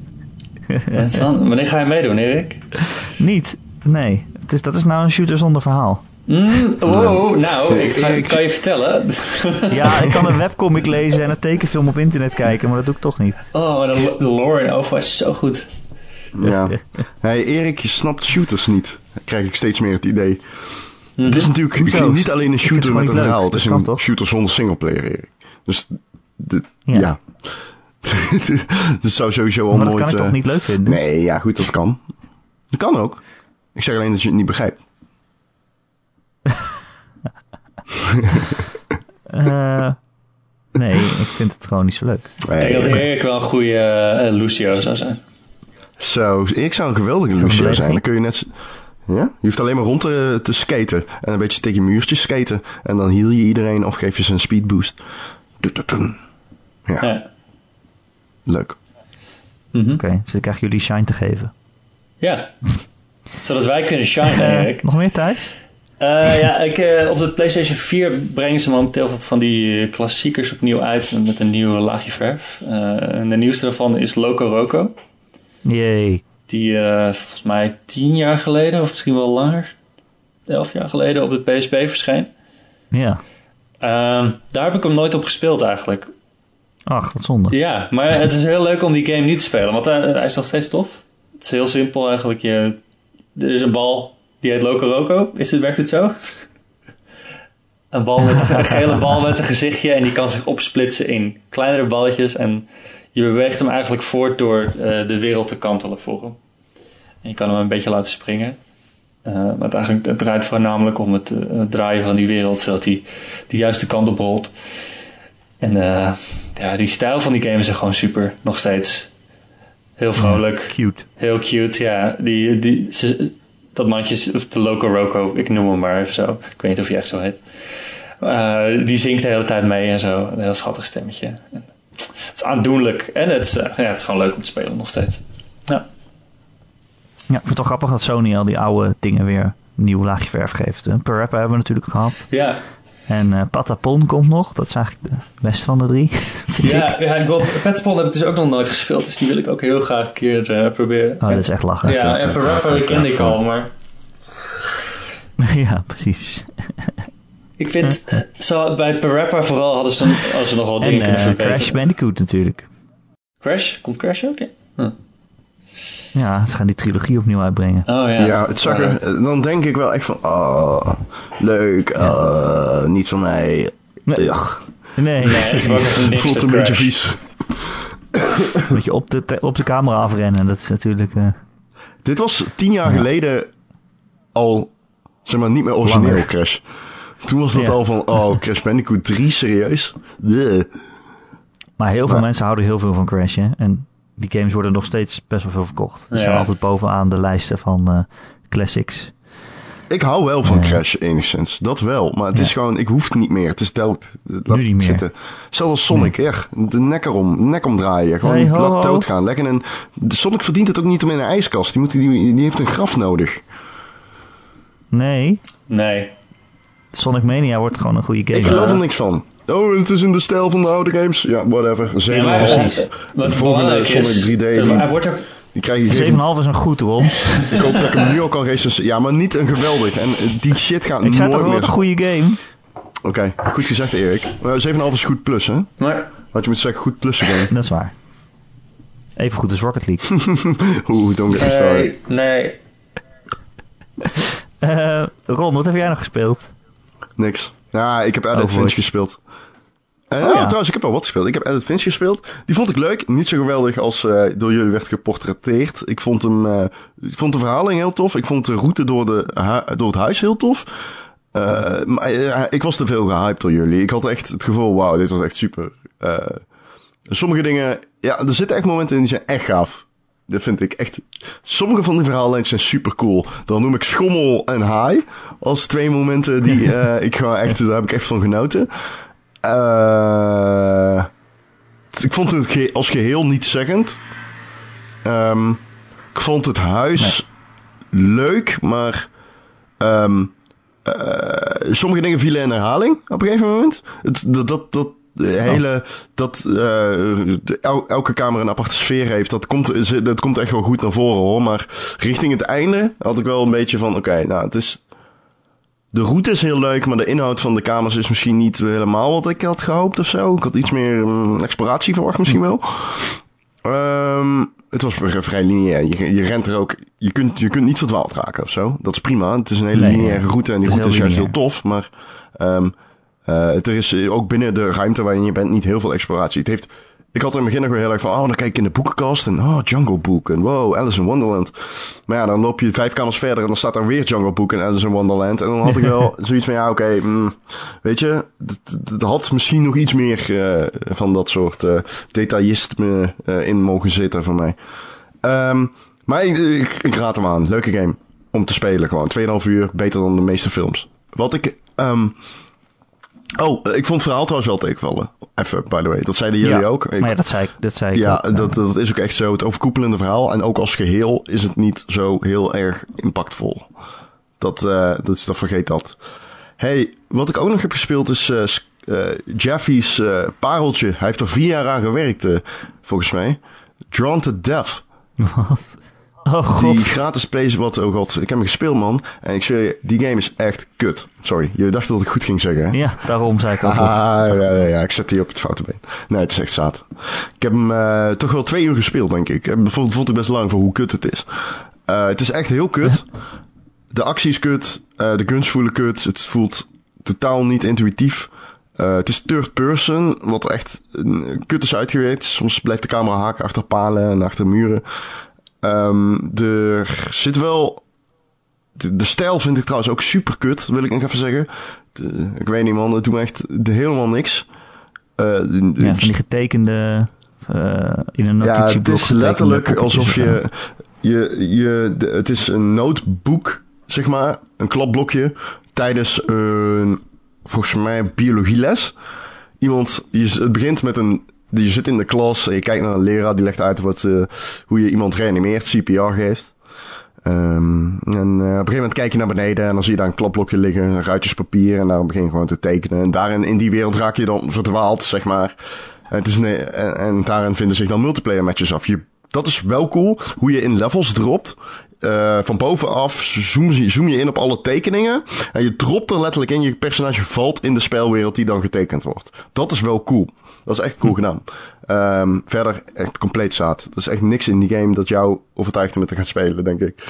En dan, wanneer ga je meedoen, Erik? Niet, nee. Het is, dat is nou een shooter zonder verhaal. Mm, wow, nou, ik, ga, ik kan je vertellen. Ja, ik kan een webcomic lezen en een tekenfilm op internet kijken, maar dat doe ik toch niet. Oh, maar de, de lore in Overwatch is zo goed. Ja. Hey, Erik, je snapt shooters niet. Dan krijg ik steeds meer het idee. Mm-hmm. Het is natuurlijk Hoezo? niet alleen een shooter met een leuk. verhaal. Het is een toch? shooter zonder singleplayer, Erik. Dus, de, ja. ja. Dat zou sowieso al maar nooit... dat kan ik uh, toch niet leuk vinden? Nee, ja, goed, dat kan. Dat kan ook. Ik zeg alleen dat je het niet begrijpt. uh, nee, ik vind het gewoon niet zo leuk. Nee, ik denk dat Erik wel een goede uh, Lucio zou zijn. Zo, Erik zou een geweldige Lucio zijn. Dan kun je net... Ja? Je hoeft alleen maar rond te, te skaten. En een beetje tegen muurtjes skaten. En dan heal je iedereen of geef je ze een speed boost. Ja. ja. Leuk. Mm-hmm. Oké, okay, dus dan krijgen jullie shine te geven. Ja. Zodat wij kunnen shine, Erik. Uh, nog meer Thijs? Uh, ja, ik, uh, op de PlayStation vier brengen ze momenteel wat van die klassiekers opnieuw uit met een nieuw laagje verf. Uh, en de nieuwste daarvan is Loco Roco. Yay. Die uh, volgens mij tien jaar geleden, of misschien wel langer, elf jaar geleden op de P S P verscheen. Ja. Uh, daar heb ik hem nooit op gespeeld eigenlijk. Ach, wat zonde. Ja, maar het is heel leuk om die game niet te spelen, want uh, hij is nog steeds tof. Het is heel simpel eigenlijk. Je, er is een bal, die heet Loco Roco. Is het, werkt het zo? Een, bal met, een gele bal met een gezichtje en die kan zich opsplitsen in kleinere balletjes. En je beweegt hem eigenlijk voort door uh, de wereld te kantelen voor hem. En je kan hem een beetje laten springen. Uh, maar het, eigenlijk, het draait voornamelijk om het, uh, het draaien van die wereld, zodat hij de juiste kant op rolt. En uh, ja, die stijl van die game is er gewoon super. Nog steeds heel vrolijk. Ja, cute. Heel cute, ja. Die, die, ze, dat mandje, of de Loco Roco, ik noem hem maar even zo. Ik weet niet of hij echt zo heet. Uh, die zingt de hele tijd mee en zo. Een heel schattig stemmetje. En het is aandoenlijk. En het is, uh, ja, het is gewoon leuk om te spelen nog steeds. Ja. Ja, ik vind het wel grappig dat Sony al die oude dingen weer een nieuw laagje verf geeft. Een Parappa hebben we natuurlijk gehad. Ja. En uh, Patapon komt nog. Dat is eigenlijk de beste van de drie. Ja, ja ik wil, Patapon heb ik dus ook nog nooit gespeeld. Dus die wil ik ook heel graag een keer uh, proberen. Oh, dat is echt lachen. Ja, en Parappa kende ik al, maar... Ja, precies. Ik vind, zo, bij Parappa vooral hadden ze, dan, hadden ze nog wel dingen en, kunnen uh, verbeteren. Crash Bandicoot natuurlijk. Crash? Komt Crash ook? Ja. Huh. Ja, ze gaan die trilogie opnieuw uitbrengen. Oh ja. Ja, het zag er, dan denk ik wel echt van, oh, leuk, ja. uh, niet van mij. Nee. Ugh. Nee, Nee, ik wou ook niks Voelt met een beetje Crash. vies. moet je op de, te- op de camera afrennen. Dat is natuurlijk... Uh, Dit was tien jaar Ja. geleden al, zeg maar, niet meer origineel Langer. Crash. Toen was dat Ja. al van, oh, Crash Bandicoot drie, serieus? Bleh. maar heel veel Maar- mensen houden heel veel van Crash, hè? En die games worden nog steeds best wel veel verkocht. Die Ja. staan altijd bovenaan de lijsten van uh, classics. Ik hou wel van Ja. Crash enigszins, dat wel. Maar het Ja. is gewoon, ik hoef het niet meer. Het is dood. Laat Nu niet meer. zitten. Zelfs als Sonic, echt. De nek erom, nek omdraaien. Gewoon Hey, ho, laat ho. doodgaan. Lekker een, de Sonic verdient het ook niet om in een ijskast. Die, moet, die, die heeft een graf nodig. Nee, Nee. Sonic Mania wordt gewoon een goede game. Ik geloof er niks van. Oh, het is in de stijl van de oude games. Ja, whatever. zeven Ja, maar, komma vijf. precies. eh, Wat De volgende belangrijk Sonic is, drie D, eh, die- hij wordt ook... Die krijg je zeven geen... komma vijf is een goed, Ron. Ik hoop dat ik hem nu al kan recenseren. Ja, maar niet een geweldig. En eh, die shit gaat Ik zei toch nooit wel meer... een goede game? Oké, goed gezegd, Erik. Maar zeven komma vijf is goed plus, hè? Maar Had je moeten zeggen, goed plussen game. Dat is waar. Even goed als Rocket League. Oeh, don't get me started. nee, nee. Uh, Ron, wat heb jij nog gespeeld? Niks. Ja, ik heb Edit Overwatch. Finch gespeeld. Uh, Oh, oh, ja. trouwens, ik heb al wat gespeeld. Ik heb Edit Finch gespeeld. Die vond ik leuk. Niet zo geweldig als uh, door jullie werd geportretteerd. Ik vond hem, uh, ik vond de verhaling heel tof. Ik vond de route door, de hu- door het huis heel tof. Uh, maar uh, ik was te veel gehyped door jullie. Ik had echt het gevoel, wauw, dit was echt super. Uh, sommige dingen, ja, er zitten echt momenten in die zijn echt gaaf. Dat vind ik echt. Sommige van die verhaallijnen zijn super cool. Dan noem ik Schommel en Haai als twee momenten die uh, ik gewoon echt, daar heb ik echt van genoten. Uh, ik vond het ge- als geheel niet zeggend. Um, ik vond het huis nee. leuk, maar um, uh, sommige dingen vielen in herhaling op een gegeven moment. Het, dat, dat, dat de hele, oh. dat uh, el- elke kamer een aparte sfeer heeft, dat komt, dat komt echt wel goed naar voren hoor. Maar richting het einde had ik wel een beetje van, oké, okay, nou het is... De route is heel leuk, maar de inhoud van de kamers is misschien niet helemaal wat ik had gehoopt of zo. Ik had iets meer um, exploratie verwacht misschien wel. Um, het was vrij lineair. Je, je rent er ook... Je kunt, je kunt niet verdwaald raken of zo. Dat is prima. Het is een hele nee, lineaire route en die route is juist heel tof. Maar um, uh, er is ook binnen de ruimte waarin je bent niet heel veel exploratie. Het heeft... Ik had er in het begin nog weer heel erg van, oh, dan kijk ik in de boekenkast en oh, Jungle Book en wow, Alice in Wonderland. Maar ja, dan loop je vijf kamers verder en dan staat er weer Jungle Book en Alice in Wonderland. En dan had ik wel zoiets van, ja, oké, okay, mm, weet je, er had misschien nog iets meer uh, van dat soort uh, detailisme uh, in mogen zitten voor mij. Um, maar ik, ik, ik raad hem aan, leuke game om te spelen gewoon. tweeënhalf uur, beter dan de meeste films. Wat ik... Um, Oh, ik vond het verhaal trouwens wel tegenvallen. Even, by the way. Dat zeiden jullie ja, ook. Ik, maar ja, dat zei ik, dat zei ik ja, ook. Ja, dat, dat is ook echt zo. Het overkoepelende verhaal. En ook als geheel is het niet zo heel erg impactvol. Dat, uh, dat, dat vergeet dat. Hey, wat ik ook nog heb gespeeld is uh, uh, Jeffy's uh, pareltje. Hij heeft er vier jaar aan gewerkt, uh, volgens mij. Drawn to Death. Wat? Oh god. Die gratis plays, wat, oh god, ik heb hem gespeeld man. En ik zweer je, die game is echt kut. Sorry, je dacht dat ik goed ging zeggen hè? Ja, daarom zei ik ook. Ah, ja, ja, ja, ik zet die op het foute been. Nee, het is echt zaad. Ik heb hem uh, toch wel twee uur gespeeld, denk ik. Ik vond, vond ik best lang voor hoe kut het is. Uh, het is echt heel kut. De actie is kut. Uh, de guns voelen kut. Het voelt totaal niet intuïtief. Uh, het is third person, wat echt uh, kut is uitgewerkt. Soms blijft de camera haken achter palen en achter muren. Um, er zit wel... De, de stijl vind ik trouwens ook super kut, wil ik nog even zeggen. De, ik weet niet man, het doet me echt de, helemaal niks. Uh, de, ja, van die getekende... Uh, in een notitieblok. Ja, het is letterlijk alsof je... je, je de, het is een notebook, zeg maar. Een klapblokje. Tijdens een, volgens mij, biologieles. Iemand... Je, het begint met een... Je zit in de klas en je kijkt naar een leraar die legt uit wat, uh, hoe je iemand reanimeert, C P R geeft. Um, en uh, op een gegeven moment kijk je naar beneden en dan zie je daar een klapblokje liggen, een ruitjes papier en daar begin je gewoon te tekenen. En daarin, in die wereld raak je dan verdwaald, zeg maar. En, het is een, en, en daarin vinden zich dan multiplayer matches af. Je, dat is wel cool, hoe je in levels dropt. Uh, van bovenaf zoom, zoom je in op alle tekeningen. En je dropt er letterlijk in, je personage valt in de spelwereld die dan getekend wordt. Dat is wel cool. Dat is echt cool hm. gedaan. Um, verder echt compleet zaad. Er is echt niks in die game dat jou overtuigt om het te gaan spelen, denk ik.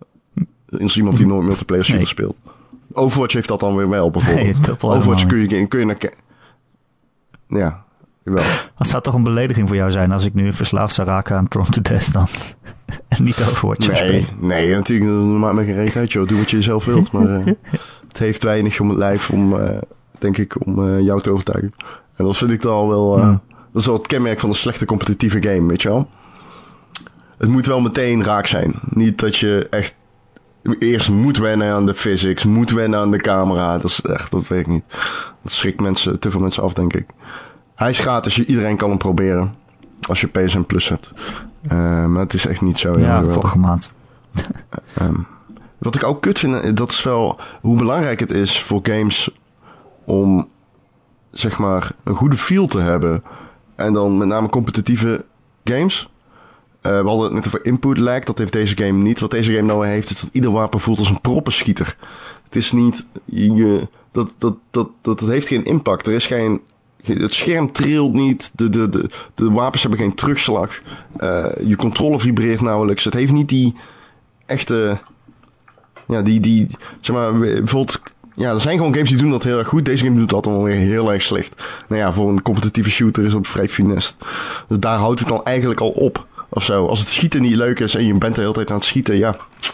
Als iemand die nooit multiplayer shooter nee. speelt. Overwatch heeft dat dan weer wel, bijvoorbeeld. Nee, Overwatch kun je, kun je naar... ja, wel. Dat zou toch een belediging voor jou zijn als ik nu verslaafd zou raken aan Tron to Death dan? En niet Overwatch zou Nee, spelen. nee, natuurlijk, dat maakt me geen reet uit, joh. Doe wat je zelf wilt, maar uh, het heeft weinig om het lijf om, uh, denk ik, om uh, jou te overtuigen. En dat vind ik dan al wel, uh, Hmm. dat is wel het kenmerk van een slechte competitieve game, weet je wel. Het moet wel meteen raak zijn. Niet dat je echt eerst moet wennen aan de physics, moet wennen aan de camera. Dat is echt, dat werkt niet. Dat schrikt mensen, te veel mensen af, denk ik. Hij is gratis, iedereen kan hem proberen. Als je P S N Plus hebt. Uh, maar het is echt niet zo. Ja, vorige maand. Um, wat ik ook kut vind, dat is wel hoe belangrijk het is voor games om, zeg maar, een goede feel te hebben. En dan met name competitieve games. Uh, we hadden het net over input lag, dat heeft deze game niet. Wat deze game nou heeft, is dat ieder wapen voelt als een proppenschieter. Het is niet, je, dat, dat, dat, dat, dat heeft geen impact. Er is geen, het scherm trilt niet, de, de, de, de wapens hebben geen terugslag. Uh, je controle vibreert nauwelijks. Het heeft niet die echte, ja, die, die, zeg maar, bijvoorbeeld, ja, er zijn gewoon games die doen dat heel erg goed. Deze game doet dat dan weer heel erg slecht. Nou ja, voor een competitieve shooter is dat vrij funest. Dus daar houdt het dan eigenlijk al op. Of zo. Als het schieten niet leuk is en je bent de hele tijd aan het schieten, ja.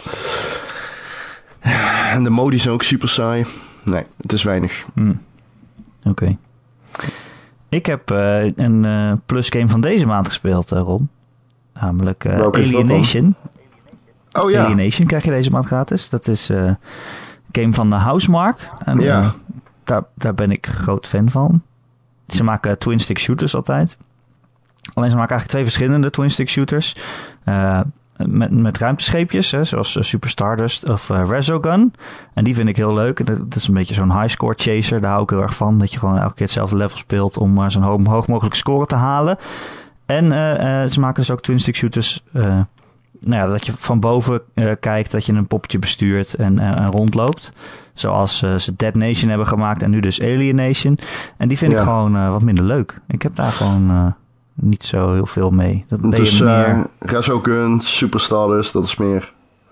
En de modi zijn ook super saai. Nee, het is weinig. Mm. Oké. Okay. Ik heb uh, een uh, plus game van deze maand gespeeld, uh, Ron. Namelijk uh, Alienation. Oh ja. Alienation krijg je deze maand gratis. Dat is uh, een game van de Housemarque. En ja. uh, daar, daar ben ik groot fan van. Ze maken twin-stick shooters altijd. Alleen ze maken eigenlijk twee verschillende twin-stick shooters. Uh, met, met ruimtescheepjes, hè, zoals uh, Super Stardust of uh, Resogun. En die vind ik heel leuk. Dat, dat is een beetje zo'n high-score chaser. Daar hou ik heel erg van. Dat je gewoon elke keer hetzelfde level speelt om uh, zo'n hoog, hoog mogelijk score te halen. En uh, uh, ze maken dus ook twin-stick shooters. Uh, nou ja, dat je van boven uh, kijkt, dat je een poppetje bestuurt en, uh, en rondloopt. Zoals uh, ze Dead Nation hebben gemaakt en nu dus Alienation. En die vind ja. ik gewoon uh, wat minder leuk. Ik heb daar gewoon uh, niet zo heel veel mee. Dat dus meer... uh, Resogun, Super Stardust, dat is meer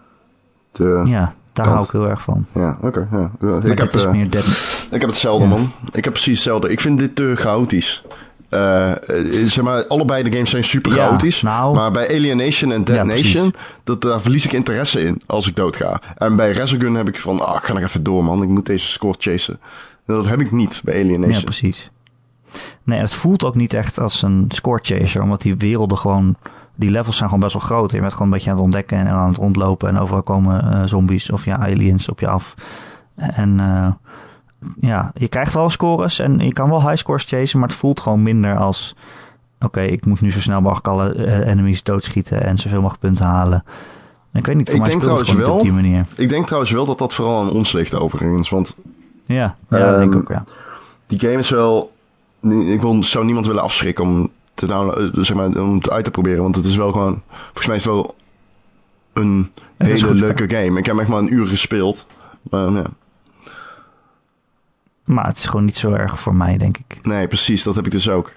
de ja, daar kant. hou ik heel erg van. Ja, oké. Okay, ja. Ik, heb, uh, meer dead... ik heb hetzelfde, ja. man. Ik heb precies hetzelfde. Ik vind dit te chaotisch. Uh, zeg maar, allebei de games zijn super ja, chaotisch. Nou, maar bij Alienation en Dead ja, Nation, dat, daar verlies ik interesse in als ik doodga. En bij Resogun heb ik van, ah, ik ga nog even door, man. Ik moet deze score chasen. Dat heb ik niet bij Alienation. Ja, precies. Nee, het voelt ook niet echt als een score chaser, omdat die werelden gewoon, die levels zijn gewoon best wel groot. Je bent gewoon een beetje aan het ontdekken en aan het rondlopen en overal komen uh, zombies of ja, aliens op je af. En uh, ja, je krijgt wel scores en je kan wel high scores chasen, maar het voelt gewoon minder als, oké, okay, ik moet nu zo snel mogelijk alle uh, enemies doodschieten en zoveel mogelijk punten halen. En ik weet niet, voor ik mij denk speelt het gewoon wel, niet op die manier. Ik denk trouwens wel dat dat vooral aan ons ligt overigens, want ja, ja um, dat denk ik ook, ja. Die game is wel, ik wil, zou niemand willen afschrikken om te downloaden, zeg maar, om het uit te proberen, want het is wel gewoon, volgens mij is het wel een het hele leuke spelen. game. Ik heb echt maar een uur gespeeld, maar ja. Maar het is gewoon niet zo erg voor mij, denk ik. Nee, precies. Dat heb ik dus ook.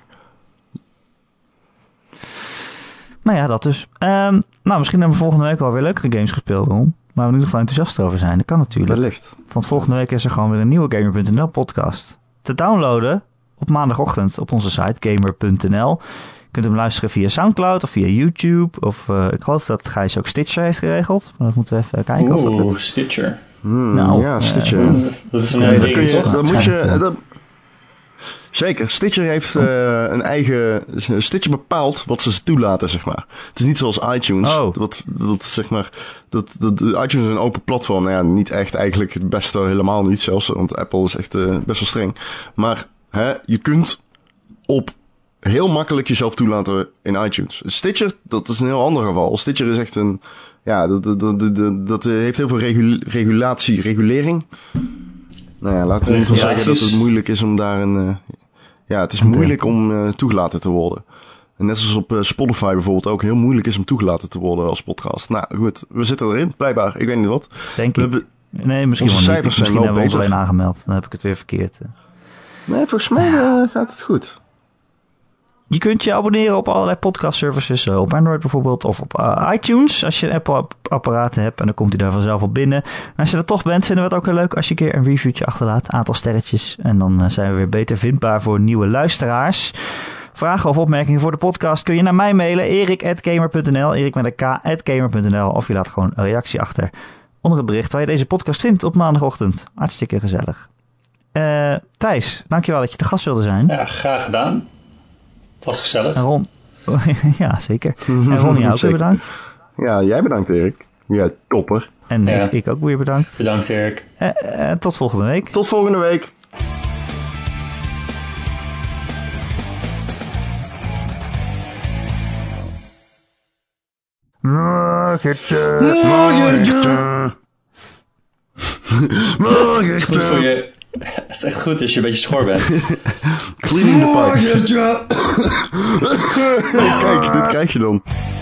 Nou ja, dat dus. Um, nou, misschien hebben we volgende week wel weer leukere games gespeeld, Ron. Waar we in ieder geval enthousiast over zijn. Dat kan natuurlijk. Wellicht. Want volgende week is er gewoon weer een nieuwe Gamer punt n l podcast. Te downloaden op maandagochtend op onze site gamer punt n l. Je kunt hem luisteren via Soundcloud of via YouTube. Of uh, ik geloof dat Gijs ook Stitcher heeft geregeld. Maar dat moeten we even kijken. Oeh, of dat Stitcher. Hmm, nou, ja, Stitcher. Uh, dat is een nee, ding, je, toch? Dat moet je... Dat... Zeker. Stitcher heeft uh, een eigen... Stitcher bepaalt wat ze toelaten, zeg maar. Het is niet zoals iTunes. Oh. Wat, wat, zeg maar... Dat, dat, iTunes is een open platform. Nou ja, niet echt eigenlijk het beste, helemaal niet zelfs. Want Apple is echt uh, best wel streng. Maar hè, je kunt op... heel makkelijk jezelf toelaten in iTunes. Stitcher, dat is een heel ander geval. Stitcher is echt een... Ja, dat, dat, dat, dat, dat heeft heel veel regul- regulatie, regulering. Nou ja, laten we even zeggen dat het moeilijk is om daar een... Uh, ja, het is moeilijk om uh, toegelaten te worden. En net zoals op uh, Spotify bijvoorbeeld ook heel moeilijk is om toegelaten te worden als podcast. Nou goed, we zitten erin, blijkbaar. Ik weet niet wat. Denk we ik. hebben, nee, misschien wel niet. Cijfers Misschien zijn hebben we ons beter. alleen aangemeld. Dan heb ik het weer verkeerd. Nee, volgens mij uh, gaat het goed. je kunt je abonneren op allerlei podcast services, uh, op Android bijvoorbeeld, of op uh, iTunes, als je een Apple-apparaat hebt. En dan komt hij daar vanzelf op binnen. En als je er toch bent, vinden we het ook heel leuk als je een keer een reviewtje achterlaat. Aantal sterretjes. En dan uh, zijn we weer beter vindbaar voor nieuwe luisteraars. Vragen of opmerkingen voor de podcast kun je naar mij mailen. erik at gamer punt n l, erik met een k at gamer punt n l. Of je laat gewoon een reactie achter onder het bericht waar je deze podcast vindt op maandagochtend. Hartstikke gezellig. Uh, Thijs, dankjewel dat je te gast wilde zijn. Ja, graag gedaan. Het was gezellig. En Ron, ja, zeker. En Ronnie ook weer bedankt. Ja, jij bedankt, Erik. Ja, topper. En ja. ik, ik ook weer bedankt. Bedankt, Erik. Uh, uh, tot volgende week. Tot volgende week. Morgentje. Morgentje. Morgentje. Het is goed voor je. Het is echt goed als je een beetje schor bent. Cleaning the pipes. Kijk, dit krijg je dan.